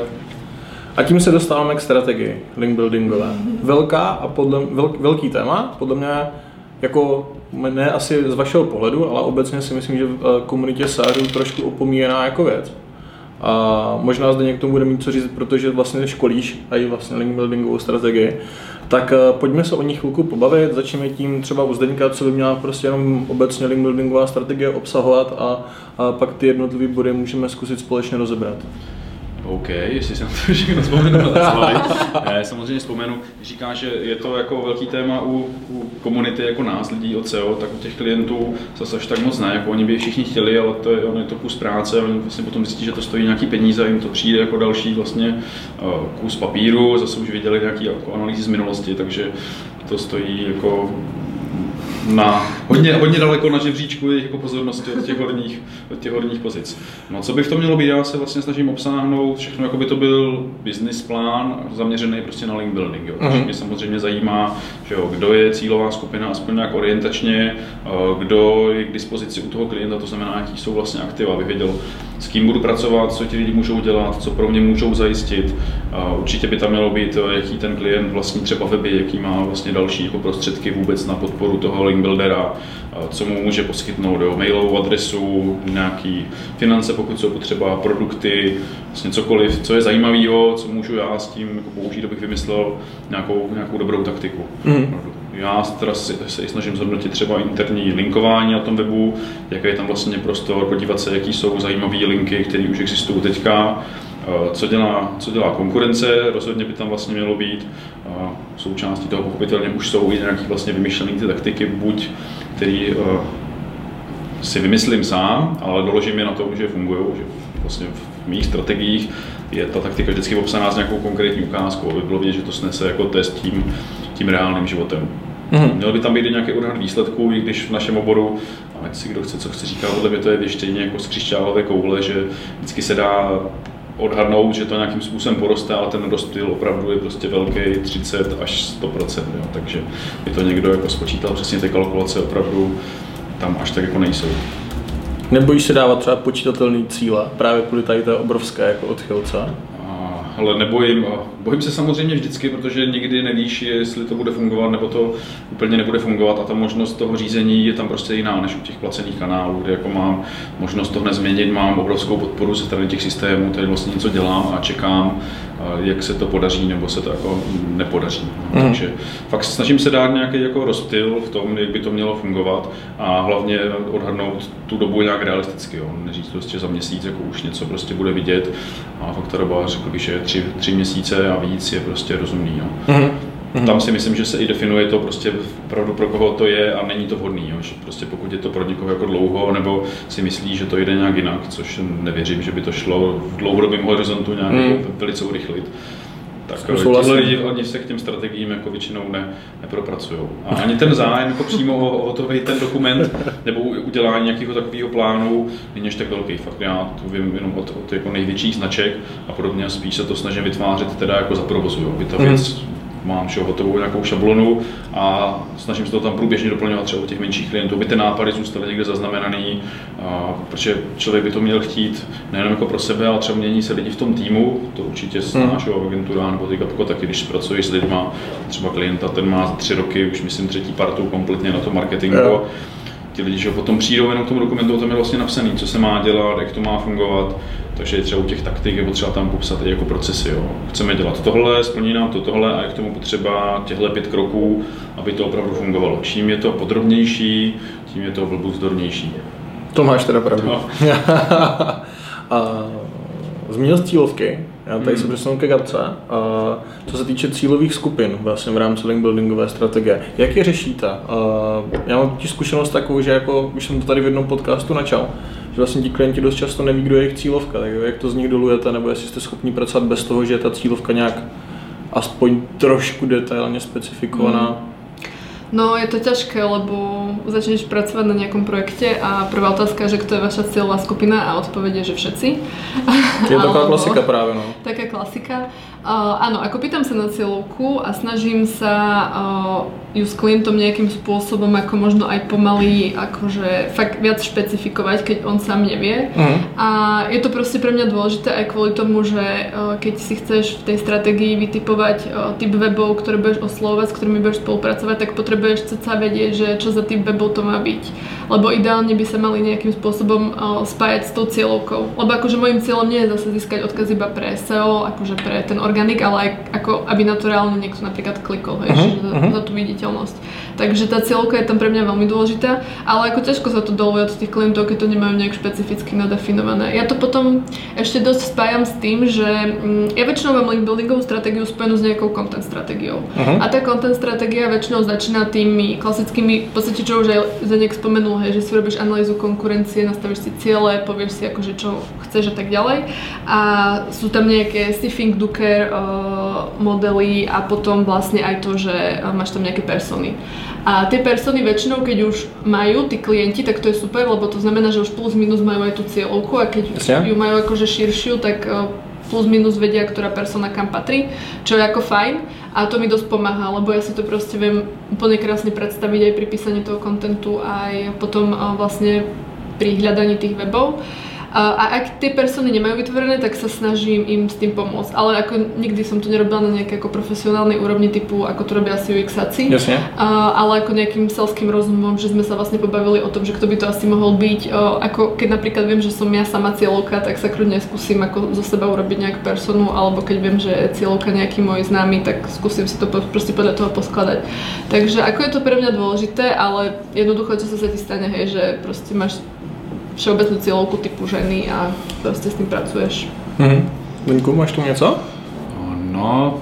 A tím se dostáváme k strategii link buildingové. Velká a podle, velk, velký téma, podle mě jako ne asi z vašeho pohledu, ale obecně si myslím, že v komunitě sářů trošku opomíjená jako věc. A možná zde někdo bude mít co říct, protože vlastně školíš a i vlastně link buildingovou strategii. Tak pojďme se o ní chvilku pobavit, začneme tím třeba u Zdeňka, co by měla prostě jenom obecně link buildingová strategie obsahovat a, a pak ty jednotlivé body můžeme zkusit společně rozebrat. OK, jestli jsem to všechno vzpomenu na slide. Ne, samozřejmě vzpomenu, říká, že je to jako velký téma u, u komunity jako nás, lidí od S E O, tak u těch klientů zase až tak moc ne, jako oni by všichni chtěli, ale to je, on je to kus práce, oni vlastně potom zjistí, že to stojí nějaký peníze a jim to přijde jako další vlastně uh, kus papíru, zase už viděli nějaký jako analýzy z minulosti, takže to stojí jako na hodně, hodně daleko na žebříčku jako pozornosti od těch horních, od těch horních pozic. No co by v tom mělo být, já se vlastně snažím obsáhnout všechno, jako by to byl business plán zaměřený prostě na link building. Jo. Mm-hmm. Mě samozřejmě zajímá, že jo, kdo je cílová skupina, aspoň nějak orientačně, kdo je k dispozici u toho klienta, to znamená, jaký jsou vlastně aktiva, abych věděl, s kým budu pracovat, co ti lidi můžou dělat, co pro mě můžou zajistit. Určitě by tam mělo být, jaký ten klient vlastní třeba weby, jaký má vlastně další jako prostředky vůbec na podporu toho link buildera, co mu může poskytnout, jo, mailovou adresu, nějaký finance, pokud jsou potřeba, produkty, vlastně cokoliv, co je zajímavého, co můžu já s tím jako použít, abych vymyslel nějakou, nějakou dobrou taktiku. Mm. Já teda se i snažím zhodnotit třeba interní linkování na tom webu, jaký je tam vlastně prostor, podívat se, jaký jsou zajímavé linky, které už existují teďka, co dělá, co dělá konkurence, rozhodně by tam vlastně mělo být. Součástí toho pochopitelně už jsou i nějaké vlastně vymyšlené ty taktiky, buď který uh, si vymyslím sám, ale doložím je na tom, že fungují, že vlastně v mých strategiích je ta taktika vždycky popsaná s nějakou konkrétní ukázkou, aby bylo vidět, že to snese jako test tím, tím reálným životem. Mm-hmm. Měl by tam být nějaký odhad výsledků, i když v našem oboru, ať si kdo chce, co chce říkat, podle mě to je věštění jako z křišťálové koule, že vždycky se dá odhadnout, že to nějakým způsobem poroste, ale ten rozptyl opravdu je prostě velký, třicet až sto procent, jo. Takže by to někdo jako spočítal, přesně ty kalkulace opravdu tam až tak jako nejsou. Nebojíš se dávat třeba počítatelný cíle právě kvůli tady té obrovské jako odchylce? Ale nebojím, bojím se samozřejmě vždycky, protože nikdy nevíš, jestli to bude fungovat nebo to úplně nebude fungovat a ta možnost toho řízení je tam prostě jiná než u těch placených kanálů, kde jako mám možnost to hned změnit, mám obrovskou podporu ze strany těch systémů, tady vlastně něco dělám a čekám, jak se to podaří nebo se to jako nepodaří. Mm. Takže fakt snažím se dát nějaký jako rozptyl v tom, jak by to mělo fungovat a hlavně odhadnout tu dobu nějak realisticky, jo. Neříct prostě za měsíc, jako už něco prostě bude vidět a fakt ta doba, řekl bych, že tři, tři měsíce a víc je prostě rozumný. Jo. Mm. Tam si myslím, že se i definuje to prostě opravdu pro koho to je a není to vhodný, jo. Že prostě pokud je to pro někoho jako dlouho nebo si myslí, že to jde nějak jinak, což nevěřím, že by to šlo v dlouhodobém horizontu nějak mm. velice urychlit. Tak tihle lidi oni se k těm strategiím jako většinou ne, nepropracují. A ani ten zájem jako přímo o, o to ten dokument nebo udělání nějakého takového plánu není až tak velký. Fakt já to vím jenom od, od jako největších značek a podobně, spíš se to snažím vytvářet teda jako za provozu, aby ta věc mám všeho hotovou nějakou šablonu a snažím se to tam průběžně doplňovat třeba u těch menších klientů, aby ty nápady zůstaly někde zaznamenaný, a, protože člověk by to měl chtít nejenom jako pro sebe, ale třeba mění se lidi v tom týmu, to určitě znáš, hmm. agentura nebo ty Gabko, taky když pracuješ s lidma, třeba klienta, ten má za tři roky, už myslím třetí partu kompletně na tom marketingu. Yeah. Ti lidi, že potom přijdou jenom k tomu dokumentu, tam je vlastně napsaný, co se má dělat, jak to má fungovat, takže třeba u těch taktik je potřeba tam popsat i jako procesy. Jo. Chceme dělat tohle, splní nám to tohle a je k tomu potřeba těchto pět kroků, aby to opravdu fungovalo. Čím je to podrobnější, tím je to vzdornější. To máš teda pravdu. No. A zmínil cílovky, já tady hmm. se přesunu ke Gabce. A co se týče cílových skupin vlastně v rámci link buildingové strategie, jak je řešíte? A já mám totiž zkušenost takovou, že jako už jsem to tady v jednom podcastu načal, že vlastně ti klienti dost často neví, kdo je jejich cílovka, tak jak to z nich dolujete, nebo jestli jste schopni pracovat bez toho, že je ta cílovka nějak aspoň trošku detailně specifikovaná. Hmm. No je to ťažké, lebo začneš pracovať na nejakom projekte a prvá otázka, že kto je vaša cieľová skupina a odpoveď je, že všetci. Je to taká klasika práve, no. Taká klasika. Uh, áno, ako pýtam sa na cieľovku a snažím sa uh, ju s klientom nejakým spôsobom ako možno aj pomaly akože fakt viac špecifikovať, keď on sám nevie. Uh-huh. A je to proste pre mňa dôležité aj kvôli tomu, že uh, keď si chceš v tej stratégii vytipovať uh, typ webov, ktoré budeš oslovovať, s ktorými budeš spolupracovať, tak potrebuješ cca vedieť, že čo za typ webov to má byť. lebo ideálne by sa mali nejakým spôsobom uh, spájať s tou cieľovkou. Lebo akože môjim cieľom nie je zase získať odkaz iba pre es e o, akože pre ten organik, ale aj ako aby na to reálne niekto napríklad klikol, hej, uh-huh, za, uh-huh. za tú viditeľnosť. Takže tá cieľovka je tam pre mňa veľmi dôležitá, ale ako ťažko sa to doluje od tých klientov, keď to nemajú nejak špecificky nadefinované. Ja to potom ešte dosť spájam s tým, že mm, ja väčšinou mám link buildingovú stratégiu spojenú s nejakou content stratégiou. Uh-huh. A tá content stratégia väčšinou začína tými klasickými, v podstate čo už aj Zdeněk spomenul, hej, že si robíš analýzu konkurencie, nastavíš si ciele, povieš si akože čo chceš a tak ďalej. A sú tam nejaké Stiffing Duker uh, modely a potom vlastne aj to, že uh, máš tam nejaké persony. A tie persony väčšinou, keď už majú tí klienti, tak to je super, lebo to znamená, že už plus minus majú aj tú cieľovku a keď Jasne. ju majú akože širšiu, tak plus minus vedia, ktorá persona kam patrí, čo je ako fajn a to mi dosť pomáha, lebo ja si to proste viem úplne krásne predstaviť aj pri písaní toho kontentu aj potom vlastne pri hľadaní tých webov. A ak tie persony nemajú vytvorené, tak sa snažím im s tým pomôcť. Ale ako nikdy som to nerobila na nejakej ako profesionálnej úrovni typu, ako to robia asi ú exáci. Jasne. Uh, ale ako nejakým selským rozumom, že sme sa vlastne pobavili o tom, že kto by to asi mohol byť. Uh, ako keď napríklad viem, že som ja sama cieľovka, tak sa kľudne skúsim ako zo seba urobiť nejakú personu, alebo keď viem, že je cieľovka nejaký môj známy, tak skúsim si to proste podľa toho poskladať. Takže ako je to pre mňa dôležité, ale jednoducho, čo sa sa ti stane, hej, že proste máš všeobecnú cieľovku typu ženy a prostě s tím pracuješ. Mhm. Zdeňku, máš tu něco? No,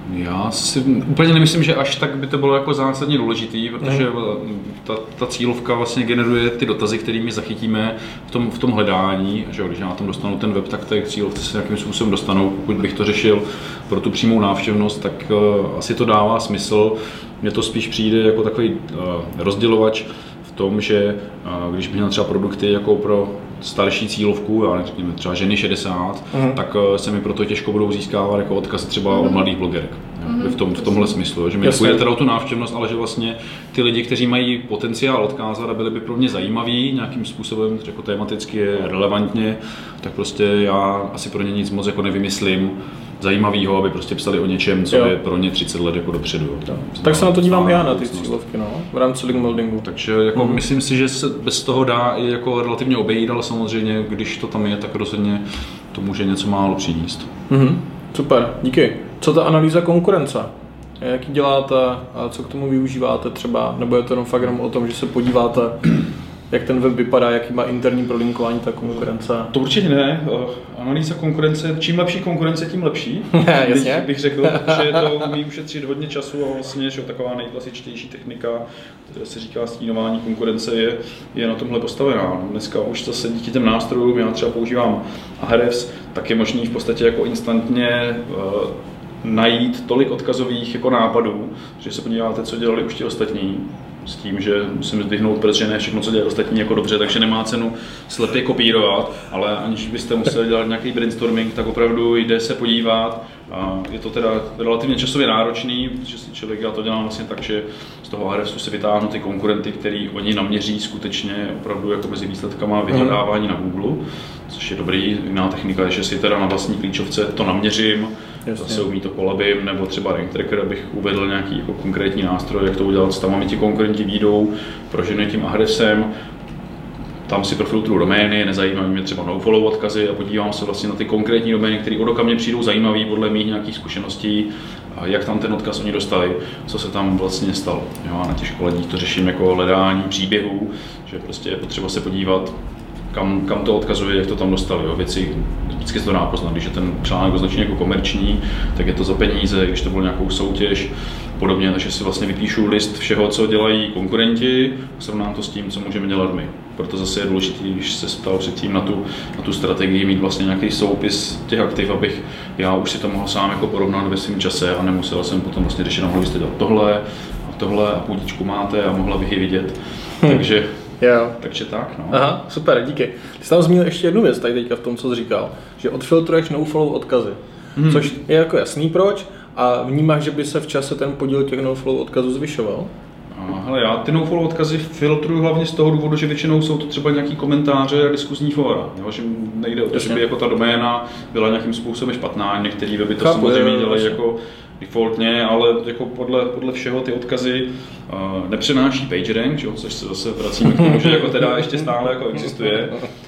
já si úplně nemyslím, že až tak by to bylo jako zásadně důležitý, protože mm. ta, ta cílovka vlastně generuje ty dotazy, kterými zachytíme v tom, v tom hledání. Že když já na tom dostanu ten web, tak ty cílovce se nějakým způsobem dostanou. Pokud bych to řešil pro tu přímou návštěvnost, tak uh, asi to dává smysl. Mně to spíš přijde jako takový uh, rozdělovač v tom, že uh, když bych měl třeba produkty jako pro starší cílovku, já řekněme třeba ženy šedesát, mm. tak uh, se mi proto těžko budou získávat jako odkaz třeba mm. od mladých blogerek. Mm. V, tom, v tomhle smyslu, že mi nepůjde teda o tu návštěvnost, ale že vlastně ty lidi, kteří mají potenciál odkázat a byli by pro mě zajímaví nějakým způsobem, jako tematicky, relevantně, tak prostě já asi pro ně nic moc jako nevymyslím zajímavého, aby prostě psali o něčem, co jo. je pro ně třicet let jako dopředu. Tak, tak se na to dívám já na ty cílovky, no, v rámci link buildingu. Takže jako mm. myslím si, že se bez toho dá i jako relativně obejít, ale samozřejmě, když to tam je, tak rozhodně to může něco málo přinést. Mm. Super, díky. Co ta analýza konkurence? Jaký děláte a co k tomu využíváte třeba? Nebo je to jenom fakt jenom o tom, že se podíváte, jak ten web vypadá, jaký má interní prolinkování ta konkurence? To určitě ne. Analýza konkurence, čím lepší konkurence, tím lepší. Jasně. Bych, bych řekl, že to umí ušetřit hodně času a vlastně, že taková nejklasičtější technika, která se říká stínování konkurence, je, je na tomhle postavená. Dneska už zase díky těm nástrojům, já třeba používám Ahrefs, tak je možný v podstatě jako instantně uh, najít tolik odkazových jako nápadů, že se podíváte, co dělali už ti ostatní, s tím, že musím zdvihnout prst, že ne všechno, co dělají ostatní jako dobře, takže nemá cenu slepě kopírovat, ale aniž byste museli dělat nějaký brainstorming, tak opravdu jde se podívat. A je to teda relativně časově náročný, protože si člověk, já to dělám vlastně tak, že z toho Ahrefsu si vytáhnu ty konkurenty, který oni naměří skutečně opravdu jako mezi výsledkama vyhledávání na Google, což je dobrý. Jiná technika je, že si teda na vlastní klíčovce to naměřím, zase umí to Colabim nebo třeba Rank Tracker, abych uvedl nějaký jako konkrétní nástroj, jak to udělat. Tam mi ti konkurenti výjdou, proženuji tím Ahrefsem, tam si profiltruju domény, nezajímají mě třeba nofollow odkazy a podívám se vlastně na ty konkrétní domény, které okamžitě přijdou zajímavý podle mých nějakých zkušeností, jak tam ten odkaz oni dostali, co se tam vlastně stalo. Jo, a na těch školeních to řeším jako hledání příběhů, že prostě je potřeba se podívat, kam, kam to odkazuje, jak to tam dostali. Jo. Věci, vždycky se to dá poznat, když je ten článek označený jako komerční, tak je to za peníze, když to bylo nějakou soutěž, podobně, takže si vlastně vypíšu list všeho, co dělají konkurenti, srovnám to s tím, co můžeme dělat my. Proto zase je důležité, když se ptal předtím na tu, na tu strategii, mít vlastně nějaký soupis těch aktiv, abych já už si to mohl sám jako porovnat ve svém čase a nemusel jsem potom vlastně řešit, mohli byste dělat tohle a tohle a půdičku máte a mohla bych ji vidět. Hmm. Takže Jo. Takže tak, no. Aha, super, díky. Ty jsi tam zmínil ještě jednu věc tady teďka v tom, co jsi říkal, že odfiltruješ nofollow odkazy, hmm. což je jako jasný proč a vnímáš, že by se v čase ten podíl těch nofollow odkazů zvyšoval? Hele, já ty nofollow odkazy filtruju hlavně z toho důvodu, že většinou jsou to třeba nějaký komentáře a diskuzní fóra, jo, že nejde o to, že by jako ta doména byla nějakým způsobem špatná, některé weby to Chápu, samozřejmě je, dělají jako defaultně, ale jako podle, podle všeho ty odkazy uh, nepřenáší PageRank, čo, což se zase vracíme k tomu, že jako teda ještě stále jako existuje.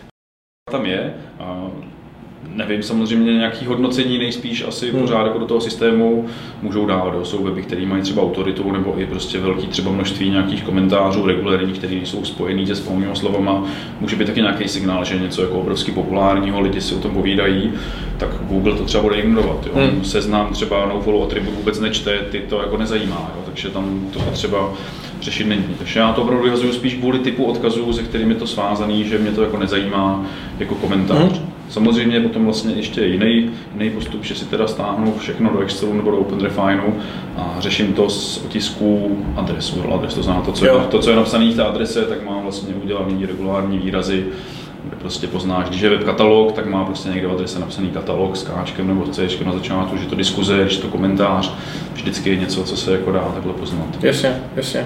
Tam je. Uh, Nevím, samozřejmě nějaký hodnocení nejspíš asi hmm. pořád jako do toho systému můžou dávat. Jsou weby, které mají třeba autoritu nebo i prostě velký třeba množství nějakých komentářů regulérních, které jsou spojený se spolnými slovama. Může být taky nějaký signál, že něco jako obrovsky populárního, lidi si o tom povídají, tak Google to třeba bude ignorovat. Jo. Hmm. Seznam třeba nofollow atribut vůbec nečte, ty to jako nezajímá, jo. Takže tam to potřeba řešit není. Takže já to opravdu vyhazuju spíš kvůli typu odkazů, se kterými je to svázaný, že mě to jako nezajímá jako komentář. Hmm. Samozřejmě potom vlastně ještě jiný, jiný postup, že si teda stáhnu všechno do Excelu nebo do OpenRefineu a řeším to z otisků adres, U R L adres, to znamená to, co, je, to, co je napsané v té adrese, tak mám vlastně udělaný regulární výrazy, kde prostě poznáš, když je web katalog, tak má prostě někde v adrese napsaný katalog s káčkem nebo Cčkem na začátku, že to diskuze, když to komentář, vždycky je něco, co se jako dá takhle poznat. Jasně, jasně.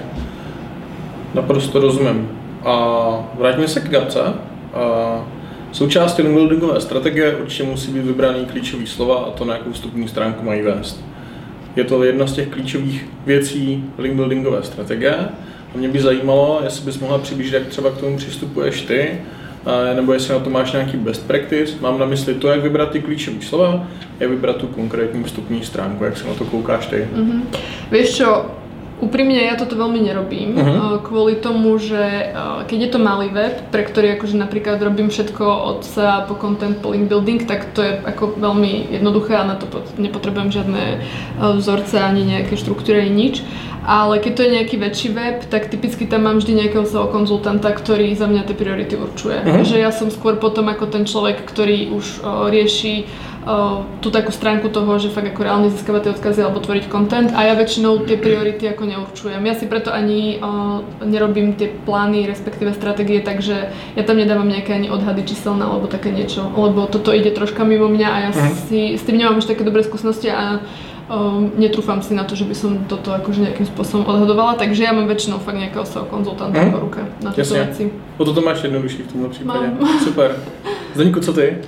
Naprosto rozumím. A vrátíme se k Gapce. A součástí linkbuildingové strategie určitě musí být vybraný klíčový slova a to, na jakou vstupní stránku mají vést. Je to jedna z těch klíčových věcí linkbuildingové strategie a mě by zajímalo, jestli bys mohla přiblížit, jak třeba k tomu přistupuješ ty, nebo jestli na to máš nějaký best practice. Mám na mysli to, jak vybrat ty klíčové slova, jak vybrat tu konkrétní vstupní stránku, jak se na to koukáš ty. Mm-hmm. Vieš čo, úprimne ja toto veľmi nerobím, uh-huh. kvôli tomu, že keď je to malý web, pre ktorý akože napríklad robím všetko od es e a po content po link building, tak to je ako veľmi jednoduché a na to nepotrebujem žiadne vzorce ani nejaké štruktúry, ani nič. Ale keď to je nejaký väčší web, tak typicky tam mám vždy nejakého es e o konzultanta, ktorý za mňa tie priority určuje. Uh-huh. Že ja som skôr potom ako ten človek, ktorý už uh, rieši tú takú stránku toho, že fakt ako reálne získavať tie odkazy alebo tvoriť content a ja väčšinou tie priority ako neurčujem. Ja si preto ani uh, nerobím tie plány, respektíve stratégie, takže ja tam nedávam nejaké ani odhady číselné alebo také niečo, lebo toto ide troška mimo mňa a ja uh-huh. si s tým nemám už také dobré skúsenosti a uh, netrúfam si na to, že by som toto akože nejakým spôsobom odhadovala, takže ja mám väčšinou fakt nejakého es e o konzultanta uh-huh. po ruke na tieto veci. O toto máš jednodušší v tomhle případě. Mám. Super. Zdeňku, co ty?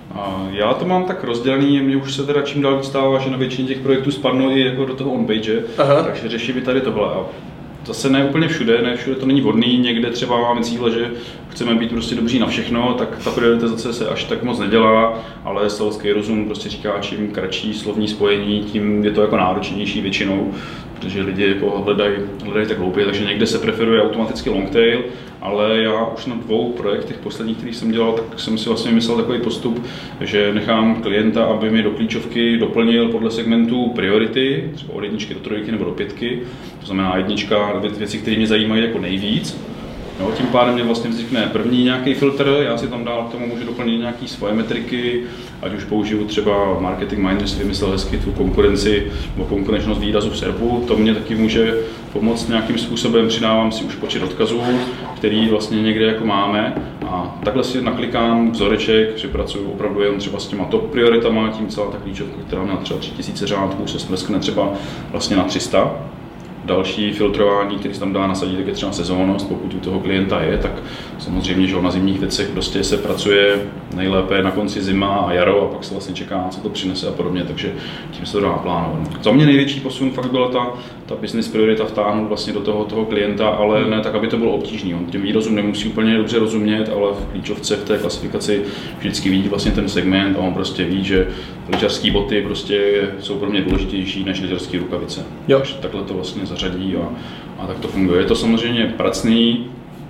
Já to mám tak rozdělený, mě už se teda čím dál stává, že na většině těch projektů spadnou i jako do toho on-page, Aha. takže řeším i tady tohle. A zase ne úplně všude, ne všude to není vhodný, někde třeba máme cíle, že chceme být prostě dobří na všechno, tak ta prioritizace se až tak moc nedělá, ale selský rozum prostě říká, čím kratší slovní spojení, tím je to jako náročnější většinou, protože lidi jako hledají, hledají tak hloupě, takže někde se preferuje automaticky long tail, ale já už na dvou projektech posledních, kterých jsem dělal, tak jsem si vlastně myslel takový postup, že nechám klienta, aby mi do klíčovky doplnil podle segmentu priority, třeba od jedničky do trojky nebo do pětky, to znamená jednička, věci, které mě zajímají jako nejvíc. No, tím pádem mě vlastně vznikne první nějaký filtr, já si tam dál k tomu můžu doplnit nějaké svoje metriky, ať už použiju třeba Marketing Minders, vymyslel hezky tu konkurenci nebo konkurenčnost výrazu v SERPu, to mě taky může pomoct nějakým způsobem, přidávám si už počet odkazů, který vlastně někde jako máme a takhle si naklikám vzoreček, že pracuju opravdu jen třeba s těma top prioritama, tím celá ta klíčovka, která má třeba tři tisíce řádků, se smrskne třeba vlastně na tři sta. Další filtrování, který se tam dá nasadit, tak je třeba sezónnost, pokud u toho klienta je, tak samozřejmě, že na zimních věcech prostě se pracuje nejlépe na konci zima a jaro a pak se vlastně čeká, co to přinese a podobně, takže tím se to dá plánovat. Za mě největší posun fakt byla ta, ta business priorita vtáhnout vlastně do toho, toho klienta, ale ne tak, aby to bylo obtížné. On těm výrazům nemusí úplně dobře rozumět, ale v klíčovce, v té klasifikaci vždycky vidí vlastně ten segment a on prostě ví, že lyžařský boty prostě jsou pro mě důležitější než lyžařské rukavice. Jo. Takže takhle to vlastně zařadí a, a tak to funguje. Je to samozřejmě pracný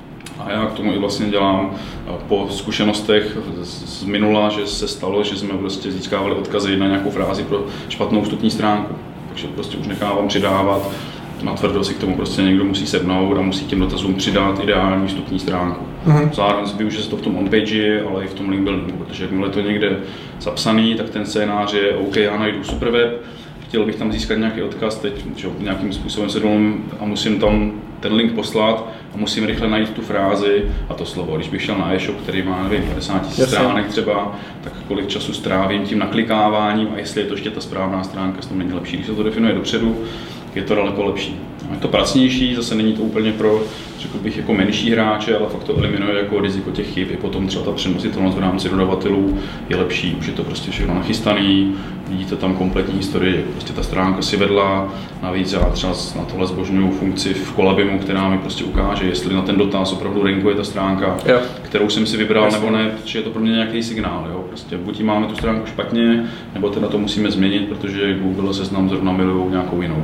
a já k tomu i vlastně dělám po zkušenostech z minula, že se stalo, že jsme prostě získávali odkazy na nějakou frázi pro špatnou vstupní stránku. Takže prostě už nechávám přidávat, natvrdo si k tomu prostě někdo musí sednout a musí těm dotazům přidat ideální vstupní stránku. Mm-hmm. Zároveň využije se to v tom on-page, ale i v tom link buildingu, protože jakmile je to někde zapsaný, tak ten scénář je OK, já najdu superweb, chtěl bych tam získat nějaký odkaz, teď že nějakým způsobem se dolů a musím tam ten link poslat a musím rychle najít tu frázi a to slovo. Když bych šel na e-shop, který má nevím, padesát tisíc stránek třeba, tak kolik času strávím tím naklikáváním a jestli je to ještě ta správná stránka, to není lepší. Když se to definuje dopředu, je to daleko lepší. Je to pracnější, zase není to úplně pro, řekl bych, jako menší hráče, ale fakt to eliminuje jako riziko těch chyb. I potom třeba ta přenositelnost v rámci dodavatelů je lepší, už je to prostě všechno nachystaný, vidíte tam kompletní historii, prostě ta stránka si vedla, navíc já třeba na tohle zbožňuju funkci v Kolabimu, která mi prostě ukáže, jestli na ten dotaz opravdu rankuje ta stránka, jo. kterou jsem si vybral, Jasně. nebo ne, protože je to pro mě nějaký signál, jo. Prostě buď máme tu stránku špatně, nebo teda to musíme změnit, protože Google se nám zrovna milují nějakou jinou.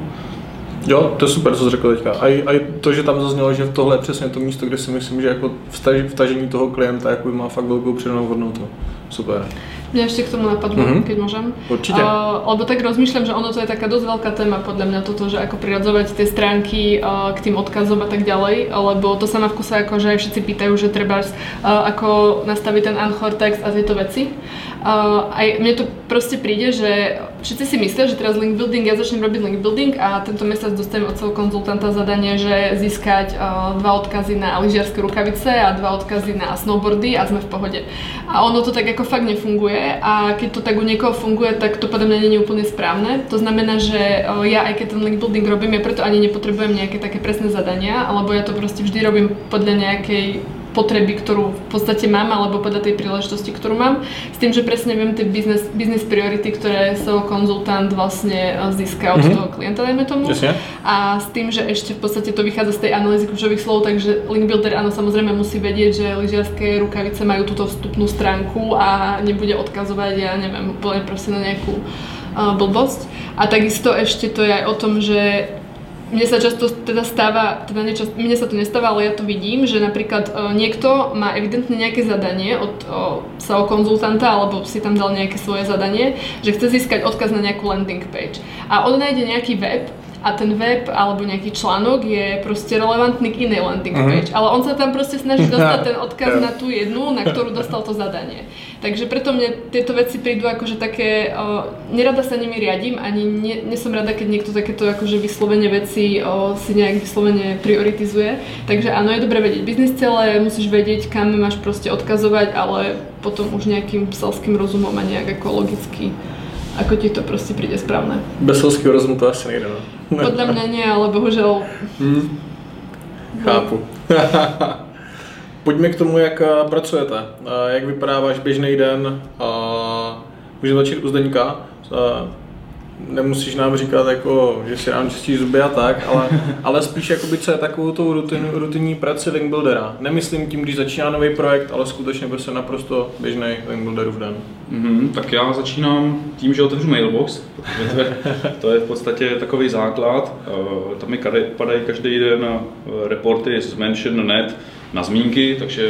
Jo, to je super, co jsi řekl teďka. A i to, že tam zaznělo, že tohle je přesně to místo, kde si myslím, že jako vtažení toho klienta jako má fakt velkou přidanou hodnotu. Super. Mňa ešte k tomu napadlo, mm-hmm. keď môžem. Určite. Uh, lebo tak rozmýšľam, že ono to je taká dosť veľká téma podľa mňa toto, že ako priradzovať tie stránky uh, k tým odkazom a tak ďalej, lebo to sa ma v kuse ako, že aj všetci pýtajú, že treba uh, ako nastaviť ten anchor text a tieto veci. Uh, aj mne to proste príde, že všetci si myslia, že teraz link building, ja začnem robiť link building a tento mesiac dostanem od celého konzultanta zadanie, že získať uh, dva odkazy na lyžiarske rukavice a dva odkazy na snowboardy a sme v pohode. A ono to tak ako fakt nefunguje. A keď to tak u niekoho funguje, tak to podľa mňa nie je úplne správne. To znamená, že ja aj keď ten link building robím, ja preto ani nepotrebujem nejaké také presné zadania, alebo ja to proste vždy robím podľa nejakej potreby, ktorú v podstate mám, alebo podľa tej príležitosti, ktorú mám. S tým, že presne viem tie business, business priority, ktoré es e o konzultant vlastne získa od mm-hmm. toho klienta, dajme tomu. Jasne. A s tým, že ešte v podstate to vychádza z tej analýzy kľúčových slov, takže link builder áno, samozrejme musí vedieť, že lyžiarske rukavice majú túto vstupnú stránku a nebude odkazovať, ja neviem, úplne proste na nejakú uh, blbosť. A takisto ešte to je aj o tom, že mne sa často teda stáva, teda nečasto, mne sa to nestáva, ale ja to vidím, že napríklad e, niekto má evidentne nejaké zadanie od o, es e o konzultanta alebo si tam dal nejaké svoje zadanie, že chce získať odkaz na nejakú landing page. A on nájde nejaký web a ten web alebo nejaký článok je proste relevantný k inej landing page, uh-huh. ale on sa tam proste snaží dostať ten odkaz na tú jednu, na ktorú dostal to zadanie. Takže preto mne tieto veci prídu akože také, uh, nerada sa nimi riadím, ani nie, nie som rada, keď niekto takéto akože vyslovene veci uh, si nejak vyslovene prioritizuje. Takže áno, je dobre vedieť biznis celé, musíš vedieť, kam máš proste odkazovať, ale potom už nejakým selským rozumom a nejak ako logicky, ako ti to proste príde správne. Bez selského rozumu to asi nejde, no. Podľa mňa nie, ale bohužel. Hmm. Chápu. Pojďme k tomu, jak pracujete. Jak vypadá váš běžný den. Můžeme začít u Zdeňka. Nemusíš nám říkat, jako, že si ráno čistíš zuby a tak, ale, ale spíš jakoby, co je takovou tou rutin, rutinní práci link buildera. Nemyslím tím, když začíná nový projekt, ale skutečně prostě naprosto běžný link builderův den. Mm-hmm, tak já začínám tím, že otevřu mailbox, protože to je, to je v podstatě takový základ. Tam mi padají každý den reporty z Mention dot net na zmínky, takže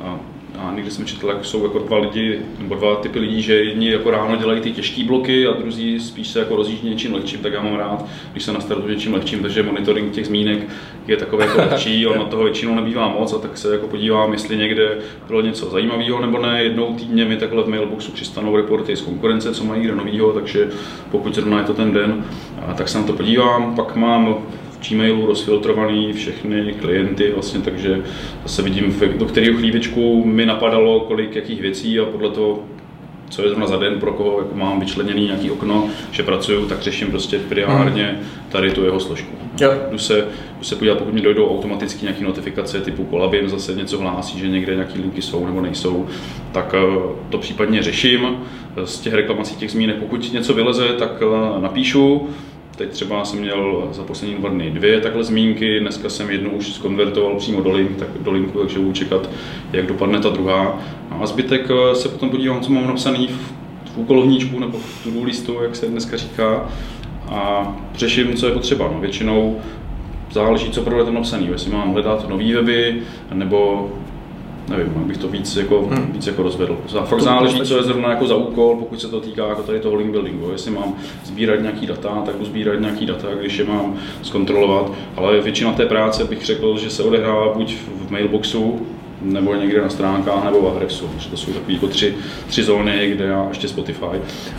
a někdy jsme četli, jak jsou jako dva lidi, nebo dva typy lidí, že jedni jako ráno dělají ty těžké bloky a druzí spíš se jako rozjíždí něčím lehčím, tak já mám rád, když se nastartuju něčím lehčím, takže monitoring těch zmínek je takový jako lehčí, on na toho většinou nebývá moc a tak se jako podívám, jestli někde bylo něco zajímavého nebo ne. Jednou týdně mi takhle v mailboxu přistanou reporty z konkurence, co mají kde novýho, takže pokud zrovna je to ten den, tak se na to podívám. Pak mám v Gmailu rozfiltrovaný všechny klienty, vlastně, takže zase vidím, do kterého chlívečku mi napadalo, kolik jakých věcí a podle toho, co je zrovna za den, pro koho jako mám vyčleněný nějaký okno, že pracuju, tak řeším prostě primárně tady tu jeho složku. Jo. Jdu se, jdu se podívat, pokud mi dojdou automaticky nějaké notifikace typu Kolabim, zase něco hlásí, že někde nějaké linky jsou nebo nejsou, tak to případně řeším. Z těch reklamací těch zmínek, pokud něco vyleze, tak napíšu. Teď třeba jsem měl za poslední dva dny dvě takhle zmínky, dneska jsem jednu už zkonvertoval přímo do, link, tak, do linku, takže budu čekat, jak dopadne ta druhá. A zbytek se potom podívám, co mám napsaný v, v úkolovníčku nebo v to-do listu, jak se dneska říká, a řeším, co je potřeba. No, většinou záleží, co pro je tam napsaný, jestli mám hledat nový weby, nebo nevím, abych to víc jako, hmm. víc jako rozvedl. Fakt záleží, co je zrovna jako za úkol, pokud se to týká jako tady toho link buildingu. Jestli mám sbírat nějaký data, tak budu sbírat nějaký data, když je mám zkontrolovat. Ale většina té práce bych řekl, že se odehrává buď v mailboxu, nebo někde na stránkách, nebo v Ahrefsu. To jsou takové jako tři, tři zóny, kde já ještě Spotify,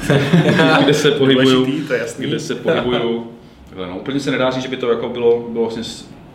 kde se pohybuju, kde se pohybuju. No, úplně se nedá říct, že by to jako bylo, bylo vlastně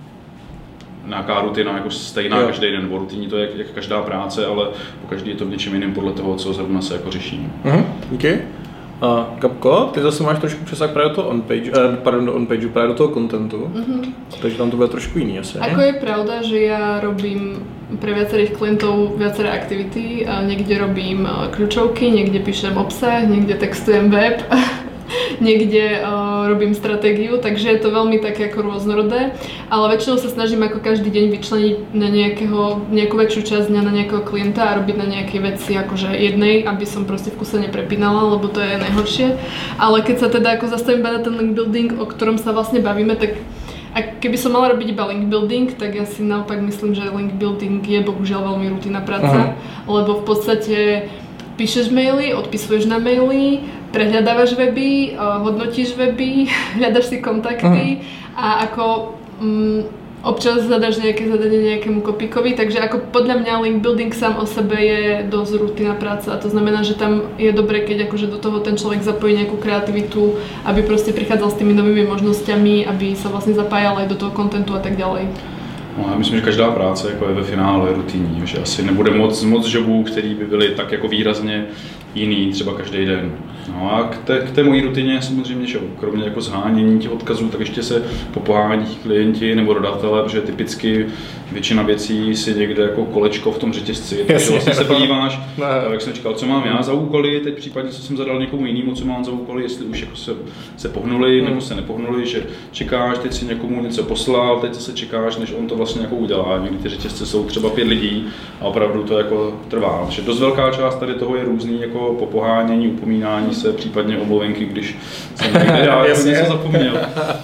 nějaká rutina jako stejná jo. každý den, nebo rutinní to je jak, jak každá práce, ale po každý je to v něčem jiném podle toho, co zrovna se jako řeší. Uh-huh. Okay. Uh, Gabko, ty zase máš trošku přesah právě do toho on-page, eh, pardon, do on-page, právě do toho contentu, mm-hmm. takže tam to bude trošku jiný asi. Ako je pravda, že ja robím pre viacerých klientov viaceré aktivity, niekde robím kľúčovky, niekde píšem obsah, niekde textujem web, niekde uh, robím stratégiu, takže je to veľmi také ako rôznorodé, ale väčšinou sa snažím ako každý deň vyčleniť na nejakého, nejakú väčšiu časť dňa na nejakého klienta a robiť na nejaké veci akože jednej, aby som proste v kuse neprepínala, lebo to je najhoršie. Ale keď sa teda ako zastavím na ten link building, o ktorom sa vlastne bavíme, tak a keby som mala robiť iba link building, tak ja si naopak myslím, že link building je bohužiaľ veľmi rutinná práca, uh-huh. lebo v podstate píšeš maily, odpisuješ na maily, prehľadávaš weby, hodnotíš weby, hľadaš si kontakty uh-huh. a ako um, občas zadaš nejaké zadanie nejakému kopíkovi, takže ako podľa mňa link building sám o sebe je dosť rutinná práca a to znamená, že tam je dobré, keď akože do toho ten človek zapojí nejakú kreativitu, aby proste prichádzal s tými novými možnosťami, aby sa vlastne zapájal aj do toho kontentu a tak ďalej. No, já myslím, že každá práce jako je ve finále rutinní, že asi nebude moc, moc jobů, který by byly tak jako výrazně jiný třeba každý den. No a k té, k té mojí rutině samozřejmě, že kromě jako zhánění těch odkazů, tak ještě se popohání klienti nebo dodatelé, protože typicky většina věcí si někde jako kolečko v tom řetězci, takže vlastně se podíváš, jak jsem říkal, co mám já za úkoly, teď případně co jsem zadal někomu jinému, co mám za úkoly, jestli už jako se, se pohnuli nebo se nepohnuli, že čekáš, teď si někomu něco poslal, teď zase čekáš, než on to vlastně jako udělá. Někdy ty řetězce jsou třeba pět lidí a opravdu to jako trvá. Takže dost velká část tady toho je různý jako popohánění, upomínání se, případně omluvenky, když jsem někde já něco zapomněl.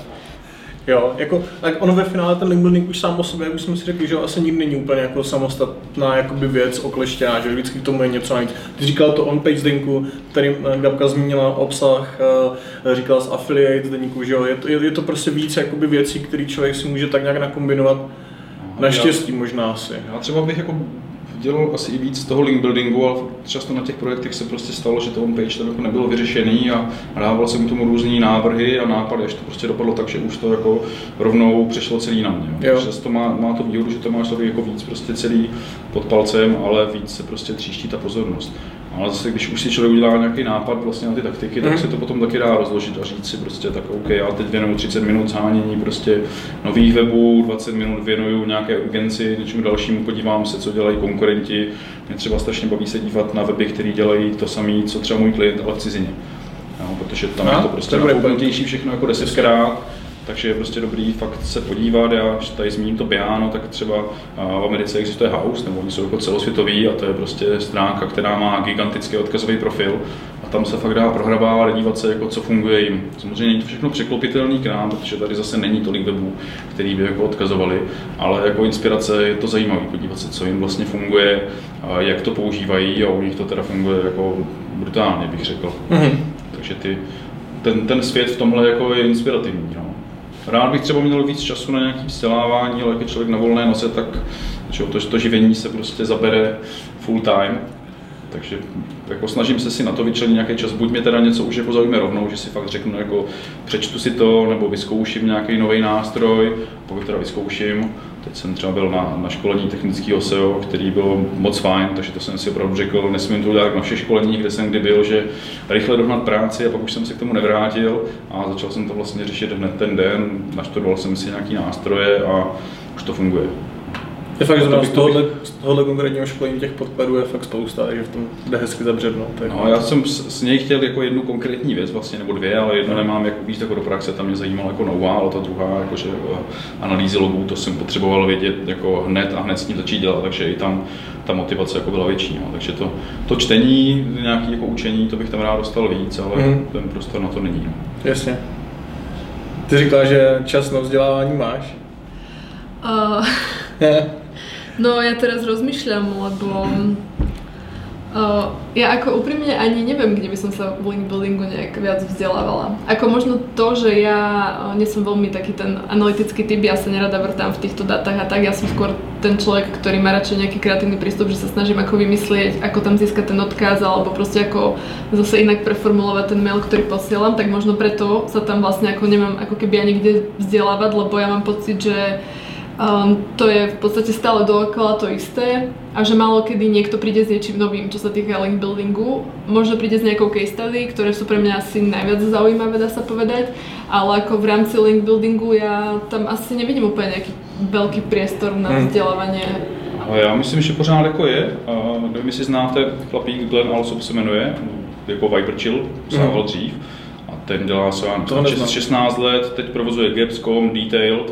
Jo, jako, tak ono ve finále ten link building už sám o sobě, jak už jsme si řekli, že asi nikdy není úplně jako samostatná jakoby věc okleštěná, že vždycky k tomu je něco navíc. Ty říkal to on-page linku, který Gabka zmínila obsah, říkala z affiliate deníku, že jo, je to, je, je to prostě víc jakoby věcí, které člověk si může tak nějak nakombinovat, naštěstí možná asi. Já třeba bych jako dělal asi i víc z toho link buildingu, ale často na těch projektech se prostě stalo, že to homepage tam jako nebylo vyřešený a dával jsem k tomu různý návrhy a nápady, až to prostě dopadlo tak, že už to jako rovnou přešlo celý na mě. Přesto to má, má to výhodu, že to má člověk jako víc prostě celý pod palcem, ale víc se prostě tříští ta pozornost. Ale zase, když už si člověk udělá nějaký nápad vlastně na ty taktiky, tak se to potom taky dá rozložit a říct si prostě tak OK, já teď věnuju třicet minut zhánění prostě nových webů, dvacet minut věnuju nějaké urgenci, něčemu dalšímu, podívám se, co dělají konkurenti. Mě třeba strašně baví se dívat na weby, které dělají to samé, co třeba můj klient, ale v cizině. No, protože tam no, je to prostě nafouknutější všechno jako desetkrát. Takže je prostě dobrý fakt se podívat, já tady zmíním to Piano, tak třeba v Americe existuje House, nebo oni jsou jako celosvětový a to je prostě stránka, která má gigantický odkazový profil a tam se fakt dá prohrabávat a dívat se, jako co funguje jim. Samozřejmě není to všechno překlopitelný k nám, protože tady zase není tolik webů, který by jako odkazovali, ale jako inspirace je to zajímavé podívat se, co jim vlastně funguje, jak to používají a u nich to teda funguje jako brutálně, bych řekl. Mm-hmm. Takže ty, ten, ten svět v tomhle jako je inspirativní. No. Rád bych třeba měl víc času na nějaké vzdělávání, ale jak je člověk na volné noze, tak to, to živení se prostě zabere full time. Takže jako snažím se si na to vyčlenit nějaký čas, buď mě teda něco už jako zaujme rovnou, že si fakt řeknu, jako přečtu si to, nebo vyzkouším nějaký nový nástroj, pokud teda vyzkouším. Teď jsem třeba byl na, na školení technického S E O, který bylo moc fajn, takže to jsem si opravdu řekl, nesmím to udělat na všech školeních, kde jsem kdy byl, že rychle dohnat práci a pak už jsem se k tomu nevrátil a začal jsem to vlastně řešit hned ten den, naštudoval jsem si nějaký nástroje a už to funguje. Je fakt, že z tohohle, z tohohle konkrétního školení těch podkladů je fakt spousta, takže v tom jde hezky zabřednout. No, já jsem s něj chtěl jako jednu konkrétní věc, vlastně, nebo dvě, ale jedno nemám jako víc jako do praxe, tam mě zajímalo jako nová, ale ta druhá, jakože analýzy logů, to jsem potřeboval vědět jako hned a hned s tím začít dělat, takže i tam ta motivace jako byla větší. No. Takže to, to čtení, nějaké jako učení, to bych tam rád dostal víc, ale mm. ten prostor na to není. No. Jasně. Ty říkala, že čas na vzdělávání máš? Uh... No ja teraz rozmýšľam, lebo uh, ja ako úprimne ani neviem, kde by som sa v link buildingu nejak viac vzdelávala. Ako možno to, že ja uh, nie som veľmi taký ten analytický typ, ja sa nerada vrtám v týchto datách a tak, ja som skôr ten človek, ktorý má radšej nejaký kreatívny prístup, že sa snažím ako vymyslieť, ako tam získať ten odkaz, alebo proste ako zase inak preformulovať ten mail, ktorý posielam, tak možno preto sa tam vlastne ako nemám ako keby ani kde vzdelávať, lebo ja mám pocit, že Um, to je v podstate stále dookola to isté a že málo kedy niekto príde s niečím novým, čo sa týka link buildingu. Možno príde s nejakou case study, ktoré sú pre mňa asi najviac zaujímavé, dá sa povedať, ale ako v rámci link buildingu ja tam asi nevidím úplne nejaký veľký priestor na hmm. vzdelávanie. Já myslím, že pořád jako je. Nevím, jestli znáte chlapík Glenn Alsop se jmenuje, jako Viperchill, psával hmm. dřív. A ten dělá se šestnáct let, teď provozuje Gaps tečka com, Detailed.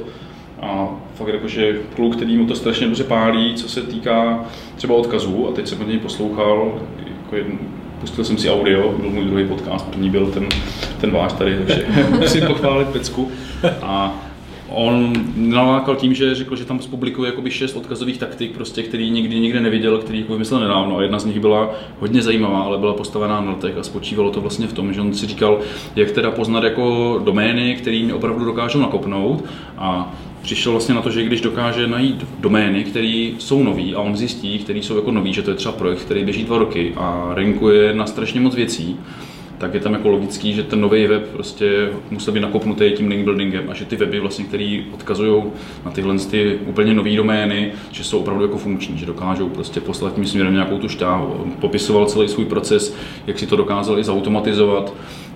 A fakt jakože kluk, který mu to strašně dobře pálí, co se týká třeba odkazů. A teď jsem od něj poslouchal, jako jedn, pustil jsem si audio, byl můj druhý podcast, první byl ten, ten váš tady, takže musím pochválit pecku. A on nalákal tím, že řekl, že tam publikuje jakoby šest odkazových taktik, prostě, který nikdy nikde neviděl, který jako vymyslel nedávno. A jedna z nich byla hodně zajímavá, ale byla postavená na letech a spočívalo to vlastně v tom, že on si říkal, jak teda poznat jako domény, které mě opravdu dokážou nakopnout. A přišel vlastně na to, že když dokáže najít domény, které jsou nový a on zjistí, které jsou jako nový, že to je třeba projekt, který běží dva roky a rankuje na strašně moc věcí, tak je tam jako logický, že ten nový web prostě musel být nakopnutý tím link buildingem a že ty weby vlastně, které odkazují na tyhle ty úplně nové domény, že jsou opravdu jako funkční, že dokážou prostě poslat tím směrem nějakou tu štávu. On popisoval celý svůj proces, jak si to dokázali zautomatizovat,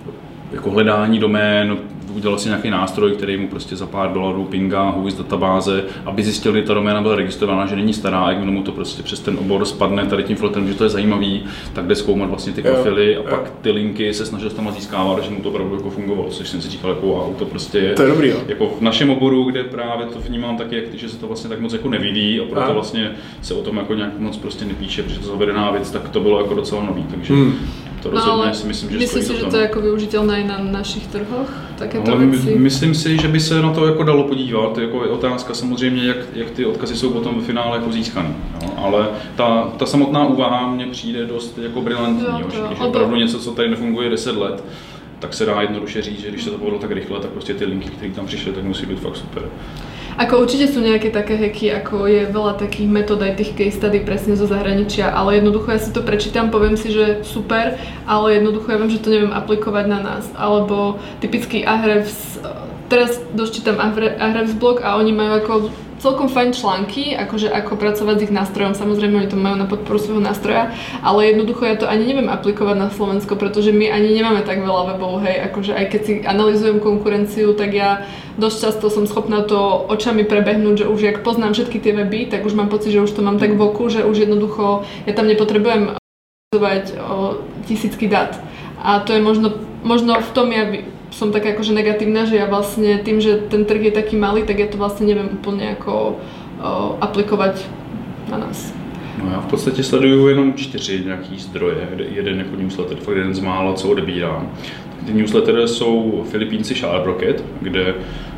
jako hledání domén, udělal si nějaký nástroj, který mu prostě za pár dolarů pingá who is databáze, aby zjistil, že ta doména byla registrovaná, že není stará, a jak mu to prostě přes ten obor spadne tady tím filtrem, že to je zajímavý, tak jde zkoumat vlastně ty profily a pak ty linky se snažil tam získávat, že mu to opravdu jako fungovalo, což jsem si říkal, jako wow, to prostě je, to je dobrý, jo. Jako v našem oboru, kde právě to vnímám taky, jak, že se to vlastně tak moc jako nevidí a proto a. vlastně se o tom jako nějak moc prostě nepíše, protože to je zavedená věc, tak to bylo jako docela nový, takže hmm. to rozhodně no, si myslím, že myslím si, že to je jako využitelné i na našich trhoch, takéto ale věci. Myslím si, že by se na to jako dalo podívat, jako je otázka samozřejmě, jak, jak ty odkazy jsou potom ve finále jako získané, ale ta, ta samotná úvaha mně přijde dost jako brilantní, jo, jo, když opravdu něco, co tady nefunguje deset let, tak se dá jednoduše říct, že když se to povedlo tak rychle, tak prostě ty linky, které tam přišly, tak musí být fakt super. Ako určite sú nejaké také hacky, ako je veľa takých metód aj tých case study presne zo zahraničia, ale jednoducho ja si to prečítam, poviem si, že super, ale jednoducho ja viem, že to neviem aplikovať na nás, alebo typický Ahrefs, teraz dočítam Ahrefs blog a oni majú ako celkom fajn články, akože ako pracovať s ich nástrojom, samozrejme oni to majú na podporu svojho nástroja, ale jednoducho ja to ani neviem aplikovať na Slovensko, pretože my ani nemáme tak veľa webov, hej, akože aj keď si analyzujem konkurenciu, tak ja dosť často som schopná to očami prebehnúť, že už jak poznám všetky tie weby, tak už mám pocit, že už to mám tak v oku, že už jednoducho ja tam nepotrebujem analyzovať o tisícky dát. A to je možno, možno v tom ja by som taká akože negatívna, že ja vlastne tým, že ten trh je taký malý, tak ja to vlastne neviem úplne ako o, aplikovať na nás. No já v podstatě sleduju jenom čtyři nějaký zdroje, jeden jako newsletter, fakt jeden z mála, co odebírám. Ty newslettery jsou Filipínci Sharp Rocket, kde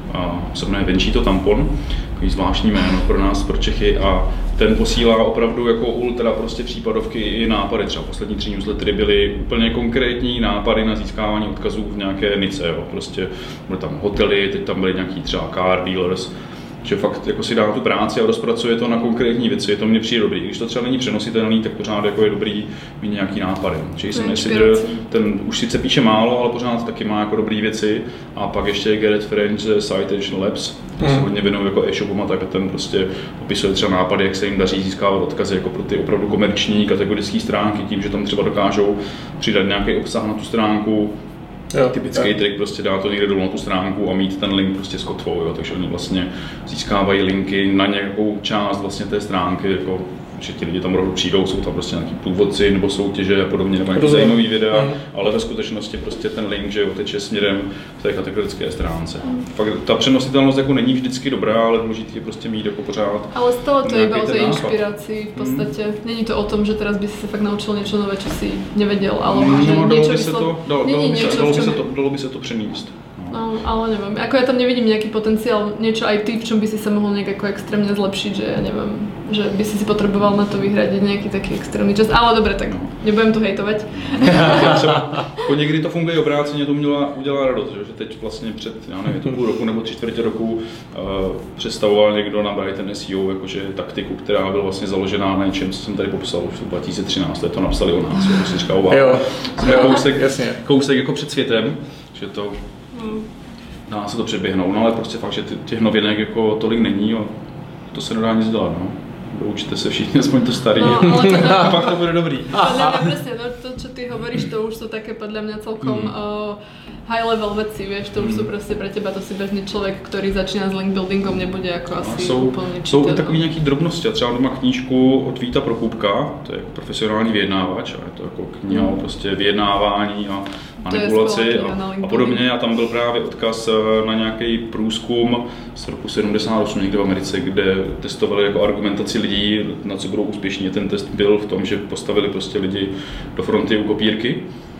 se jmenuje Vencito Tampon, takový zvláštní jméno pro nás, pro Čechy, a ten posílá opravdu jako ultra prostě případovky i nápady. Třeba poslední tři newslettery byly úplně konkrétní nápady na získávání odkazů v nějaké nice, jo. Prostě byly tam hotely, teď tam byly nějaký třeba car dealers, že fakt jako si dá tu práci a rozpracuje to na konkrétní věci, to mně přijde dobrý. Když to třeba není přenositelný, tak pořád jako je dobrý mít nějaký nápady. Čili jsem Isidr, ten už sice píše málo, ale pořád taky má jako dobrý věci. A pak ještě Garrett French ze Citation Labs, to se hodně věnují jako e-shopům a tak, ten prostě opisuje třeba nápady, jak se jim daří získávat odkazy jako pro ty opravdu komerční kategorické stránky, tím, že tam třeba dokážou přidat nějaký obsah na tu stránku. Jo, typický jo. trik, prostě dá to někde dolů na tu stránku a mít ten link prostě s kotvou, jo, takže oni vlastně získávají linky na nějakou část vlastně té stránky, jako, že ti lidi tam opravdu přijdou, jsou tam prostě nějaký průvodci nebo soutěže a podobně, nebo nějaký zajímavý videa, mm. ale ve skutečnosti prostě ten link, že jo, teče směrem k té kategorické stránce. Mm. Fakt ta přenositelnost jako není vždycky dobrá, ale důležitý je prostě mít jako pořád. Ale stále to je iba o tej inšpirácii v podstate. Mm. Není to o tom, že teraz by si sa fakt naučil niečo nové, čo si nevedel, alebo no, že no, niečo by se to, dalo, dalo, by se, dalo, by se to, dalo by se to přenést. No, ale neviem, ako ja tam nevidím nejaký potenciál, niečo aj ty, v čom by si sa mohol nejak ako extrémne zlepšiť, že ja neviem, že by si si potreboval na to vyhradiť nejaký taký extrémny čas, ale dobre, tak nebudem to hejtovať. Jako někdy to funguje obráceně, to měla udělá radost, že teď vlastně před, já nevím, to půl roku nebo tři čtvrtě roku uh, představoval někdo na Brighton S E O jakože taktiku, která byla vlastně založená na něčem, co jsem tady popsal už v dva tisíce třináct, to napsali o nás, to si říkal, wow, jo, kousek, kousek jako před světem, že to dá se to předběhnout, no ale prostě fakt, že těch novinek jako tolik není. Jo. to se nedá nic dělat, no. Učte se všichni, aspoň to starý, no, ale to a pak to bude dobrý. Podľa mňa presne, no, to čo ty hovoríš, to už sú také podľa mňa celkom mm. uh, high level veci, vieš, to už mm. sú proste pre teba, to si bežný človek, ktorý začíná s link buildingom, nebude jako asi jsou, úplně čítat. Jsou i takový nějaký drobnosti, a třeba doma knížku od Víta Prochůbka, to je jako profesionální vyjednávač, a je to jako kniha o prostě vyjednávání a manipulaci a, a podobně, a tam byl právě odkaz na nějaký průzkum z roku sedmdesát osm někde v Americe, kde testovali jako argumentaci lidí, na co budou úspěšní. Ten test byl v tom, že postavili prostě lidi do fronty u kopírky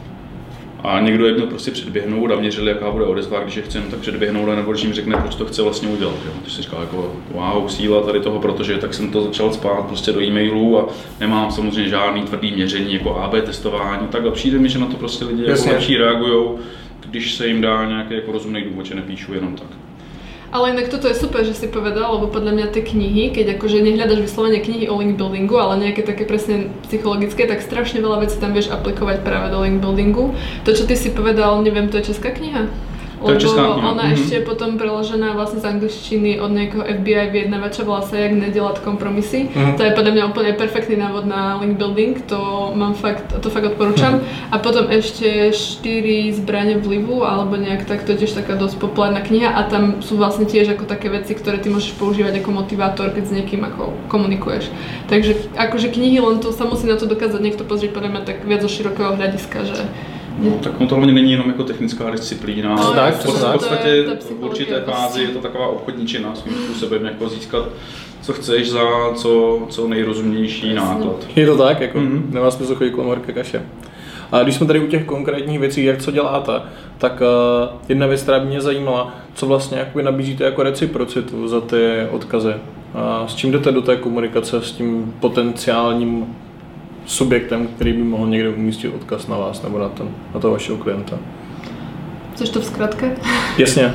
a někdo je měl prostě předběhnout a měřili, jaká bude odezva, když je chce jen tak předběhnout, nebo když jim řekne, proč to chce vlastně udělat. Jo. To si říkal jako wow, síla tady toho, protože tak jsem to začal spát prostě do e-mailů a nemám samozřejmě žádný tvrdý měření jako A B testování, tak přijde mi, že na to prostě lidi jako lepší reagujou, když se jim dá nějaký jako rozumný důvod, že nepíšu jenom tak. Ale inak toto je super, že si povedal, lebo podľa mňa tie knihy, keď akože nehľadaš vyslovene knihy o link buildingu, ale nejaké také presne psychologické, tak strašne veľa vecí tam vieš aplikovať práve do link buildingu. To, čo ty si povedal, neviem, to je česká kniha? To je česká kniha. Ona mm-hmm. ešte potom preložená vlastne z angličtiny od nejakého F B I vyjednavača, volá sa Jak nedelať kompromisy. Mm-hmm. To je podľa mňa úplne perfektný návod na link building, to mám fakt, to fakt odporúčam. Mm-hmm. A potom ešte štyri zbrane vlivu, alebo nejak tak, to je tiež taká dosť populárna kniha a tam sú vlastne tiež ako také veci, ktoré ty môžeš používať ako motivátor, keď s niekým ako komunikuješ. Takže akože knihy, len to sa musí na to dokázať niekto pozrieť podľa mňa tak viac zo širokého hľadiska, že no, tak to hlavně není jenom jako technická disciplína, no, tak, v podstatě v určité fázi je to taková obchodní činná svým způsobem, jako získat, co chceš za co, co nejrozumnější náklad. Je to tak, jako mm-hmm. nemá smysl chodit kolem horké kaše. A když jsme tady u těch konkrétních věcí, jak co děláte, tak uh, jedna věc, která by mě zajímala, co vlastně jakoby nabízíte jako reciprocitu za ty odkazy. A s čím jdete do té komunikace s tím potenciálním subjektem, který by mohl někde umístit odkaz na vás nebo na, ten, na toho vašeho klienta. Chceš to v skratke? Jasně.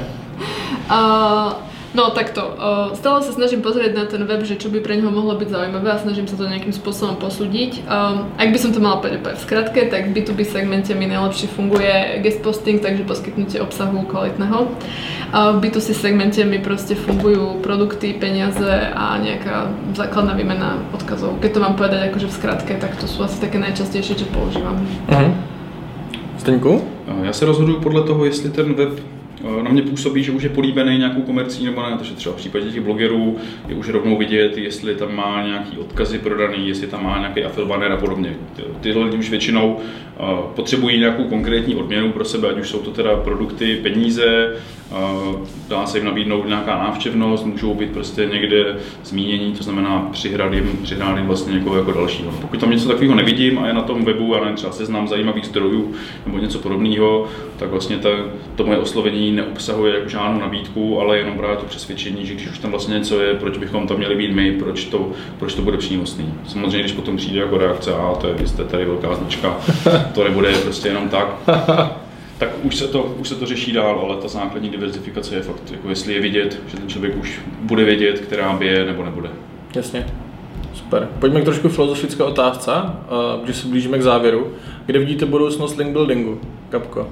Uh, no takto, uh, stále sa snažím pozrieť na ten web, že čo by pre neho mohlo byť zaujímavé a snažím sa to nejakým spôsobom posúdiť. Um, ak by som to mala povedať v skratke, tak v bí tú bí segmente mi najlepšie funguje guest posting, takže poskytnutie obsahu kvalitného. Uh, v bí tú sí segmente mi proste fungujú produkty, peniaze a nejaká základná výmena odkazov. Keď to mám povedať akože v skratke, tak to sú asi také najčastejšie, čo používam. Uh-huh. Zdeňku? Já se rozhoduju podle toho, jestli ten web na mě působí, že už je políbený nějakou komercí nebo ne, takže třeba v případě těch blogerů je už rovnou vidět, jestli tam má nějaký odkazy prodaný, jestli tam má nějaký affiliate banner a podobně. Tyhle lidi už většinou uh, potřebují nějakou konkrétní odměnu pro sebe, ať už jsou to teda produkty, peníze, uh, dá se jim nabídnout nějaká návštěvnost, můžou být prostě někde zmínění, to znamená přihrát jim, přihrát jim vlastně někoho jako dalšího. Pokud tam něco takového nevidím a je na tom webu, já nevím, třeba seznam zajímavých zdrojů nebo něco podobného, tak vlastně ta, to moje oslovení neobsahuje jako žádnou nabídku, ale jenom právě to přesvědčení, že když už tam vlastně něco je, proč bychom tam měli být my, proč to, proč to bude přínosný. Samozřejmě, když potom přijde jako reakce, a to je, vy jste tady velká značka, to nebude prostě jenom tak, tak už se to, už se to řeší dál, ale ta základní diverzifikace je fakt, jako jestli je vidět, že ten člověk už bude vědět, která by je nebo nebude. Jasně. Super. Pojďme k trošku filozofické otázce, když se blížíme k závěru. Kde vidíte budoucnost link buildingu? Gabko?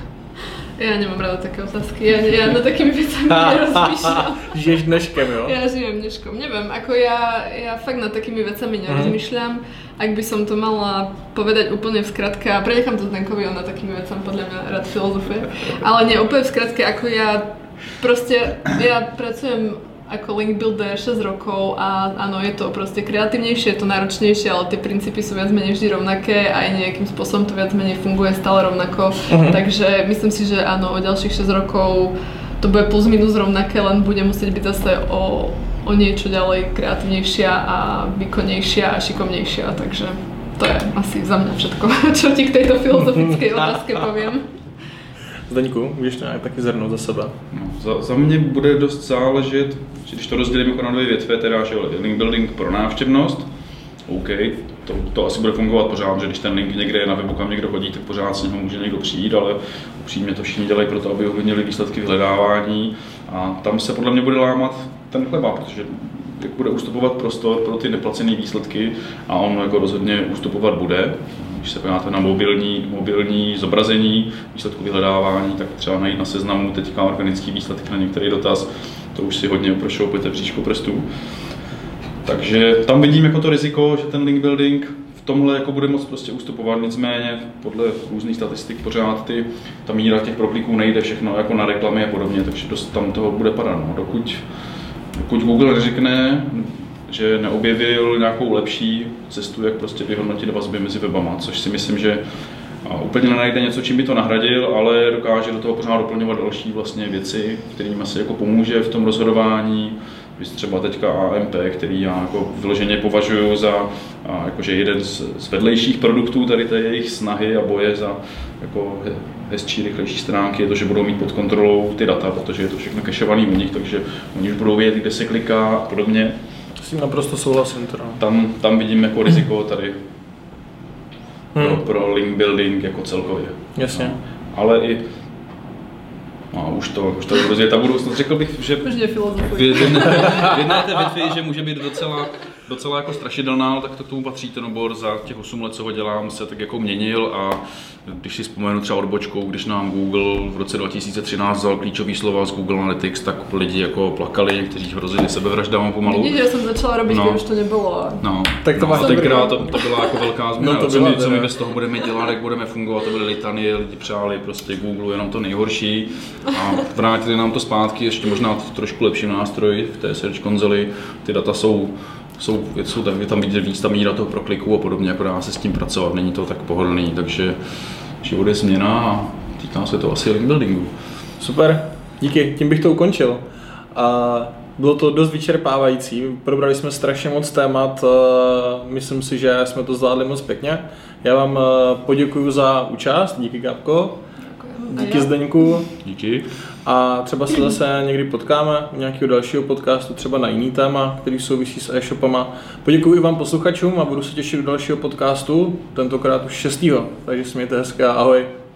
Ja nemám rada také otázky, ja, ja na takými vecami nerozmýšľam. Žiješ dneškem, jo? Ja žijem dneškom, neviem, ako ja, ja fakt nad takými vecami nerozmýšľam. Ak by som to mala povedať úplne v skratke, a prenechám to Zdenkovi, on na takými vecami podľa mňa rád filozofuje, ale nie úplne v skratke, ako ja proste, ja pracujem ako link builder šesť rokov a áno, je to proste kreatívnejšie, je to náročnejšie, ale tie princípy sú viac menej vždy rovnaké a aj nejakým spôsobom to viac menej funguje stále rovnako. Uh-huh. Takže myslím si, že áno, o ďalších šesť rokov to bude plus minus rovnaké, len bude musieť byť zase o, o niečo ďalej kreatívnejšia a výkonnejšia a šikovnejšia, takže to je asi za mňa všetko, čo ti k tejto filozofickej otázke poviem. Zdeňku, můžeš nějak taky zhrnout za sebe? No, za, za mě bude dost záležet, když to rozdělím jako na dvě větve, teda že link building pro návštěvnost, OK, to, to asi bude fungovat pořád, že když ten link někde je na webu, kam někdo chodí, tak pořád z něho může někdo přijít, ale upřímně to všichni dělají proto, aby ovlivnili výsledky vyhledávání a tam se podle mě bude lámat ten chleba, protože jak bude ustupovat prostor pro ty neplacené výsledky a on jako rozhodně ustupovat bude. Když se podíváte na mobilní, mobilní zobrazení výsledku vyhledávání, tak třeba najít na seznamu teďka organický výsledky na některý dotaz, to už si hodně prošoupíte příčko prstů. Takže tam vidím jako to riziko, že ten link building v tomhle jako bude moc prostě ustupovat, nicméně podle různých statistik pořád ty, ta míra těch prokliků nejde všechno jako na reklamy a podobně, takže dost tam toho bude padat. No. Dokud, dokud Google neřekne, že neobjevil nějakou lepší cestu, jak prostě vyhodnotit vazby mezi webama, což si myslím, že úplně nenajde něco, čím by to nahradil, ale dokáže do toho pořád doplňovat další vlastně věci, kterým asi jako pomůže v tom rozhodování. Víš, třeba teďka A M P, který já jako vyloženě považuji za jakože jeden z, z vedlejších produktů tady té jejich snahy a boje za jako hezčí, rychlejší stránky, je to, že budou mít pod kontrolou ty data, protože je to všechno cacheovaný u nich, takže oni už budou vědět, kde se kliká a podobně. S tím naprosto souhlasím. Teda. Tam, tam vidím jako riziko tady pro, hmm. pro link building jako celkově. Jasně. No, ale i no, už to, už to je ta budoucnost. Řekl bych, že v jedné té větvi, že může být docela, docela jako strašidelná, tak to k tomu patří ten obor. Za těch osm let, co ho dělám, se tak jako měnil a když si vzpomenu třeba odbočkou, když nám Google v roce dva tisíce třináct vzal klíčový slova z Google Analytics, tak lidi jako plakali, někteří hrozili sebevraždám pomalu. Vidíš, že jsem začala robit, no. Už to nebylo. No, tak to no, tenkrát to, to byla jako velká změna. No, to co, my, co my bez toho budeme dělat, jak budeme fungovat, to byly litanie, lidi přáli prostě Google jenom to nejhorší a vrátili nám to zpátky, ještě možná trošku lepší nástroj v té search konzoli, ty data jsou Jsou, jsou tam, je tam vidět víc ta míra toho prokliku a podobně, jako dá se s tím pracovat, není to tak pohodlný, takže život je změna a týká se to asi link buildingu. Super, díky, tím bych to ukončil. A bylo to dost vyčerpávající, probrali jsme strašně moc témat, myslím si, že jsme to zvládli moc pěkně. Já vám poděkuju za účast, díky Gabko, díky Zdeňku. Díky. A třeba se zase někdy potkáme u nějakého dalšího podcastu, třeba na jiný téma, který souvisí s e-shopama. Poděkuji vám posluchačům a budu se těšit do dalšího podcastu, tentokrát už šestýho. Takže se mějte hezky a ahoj.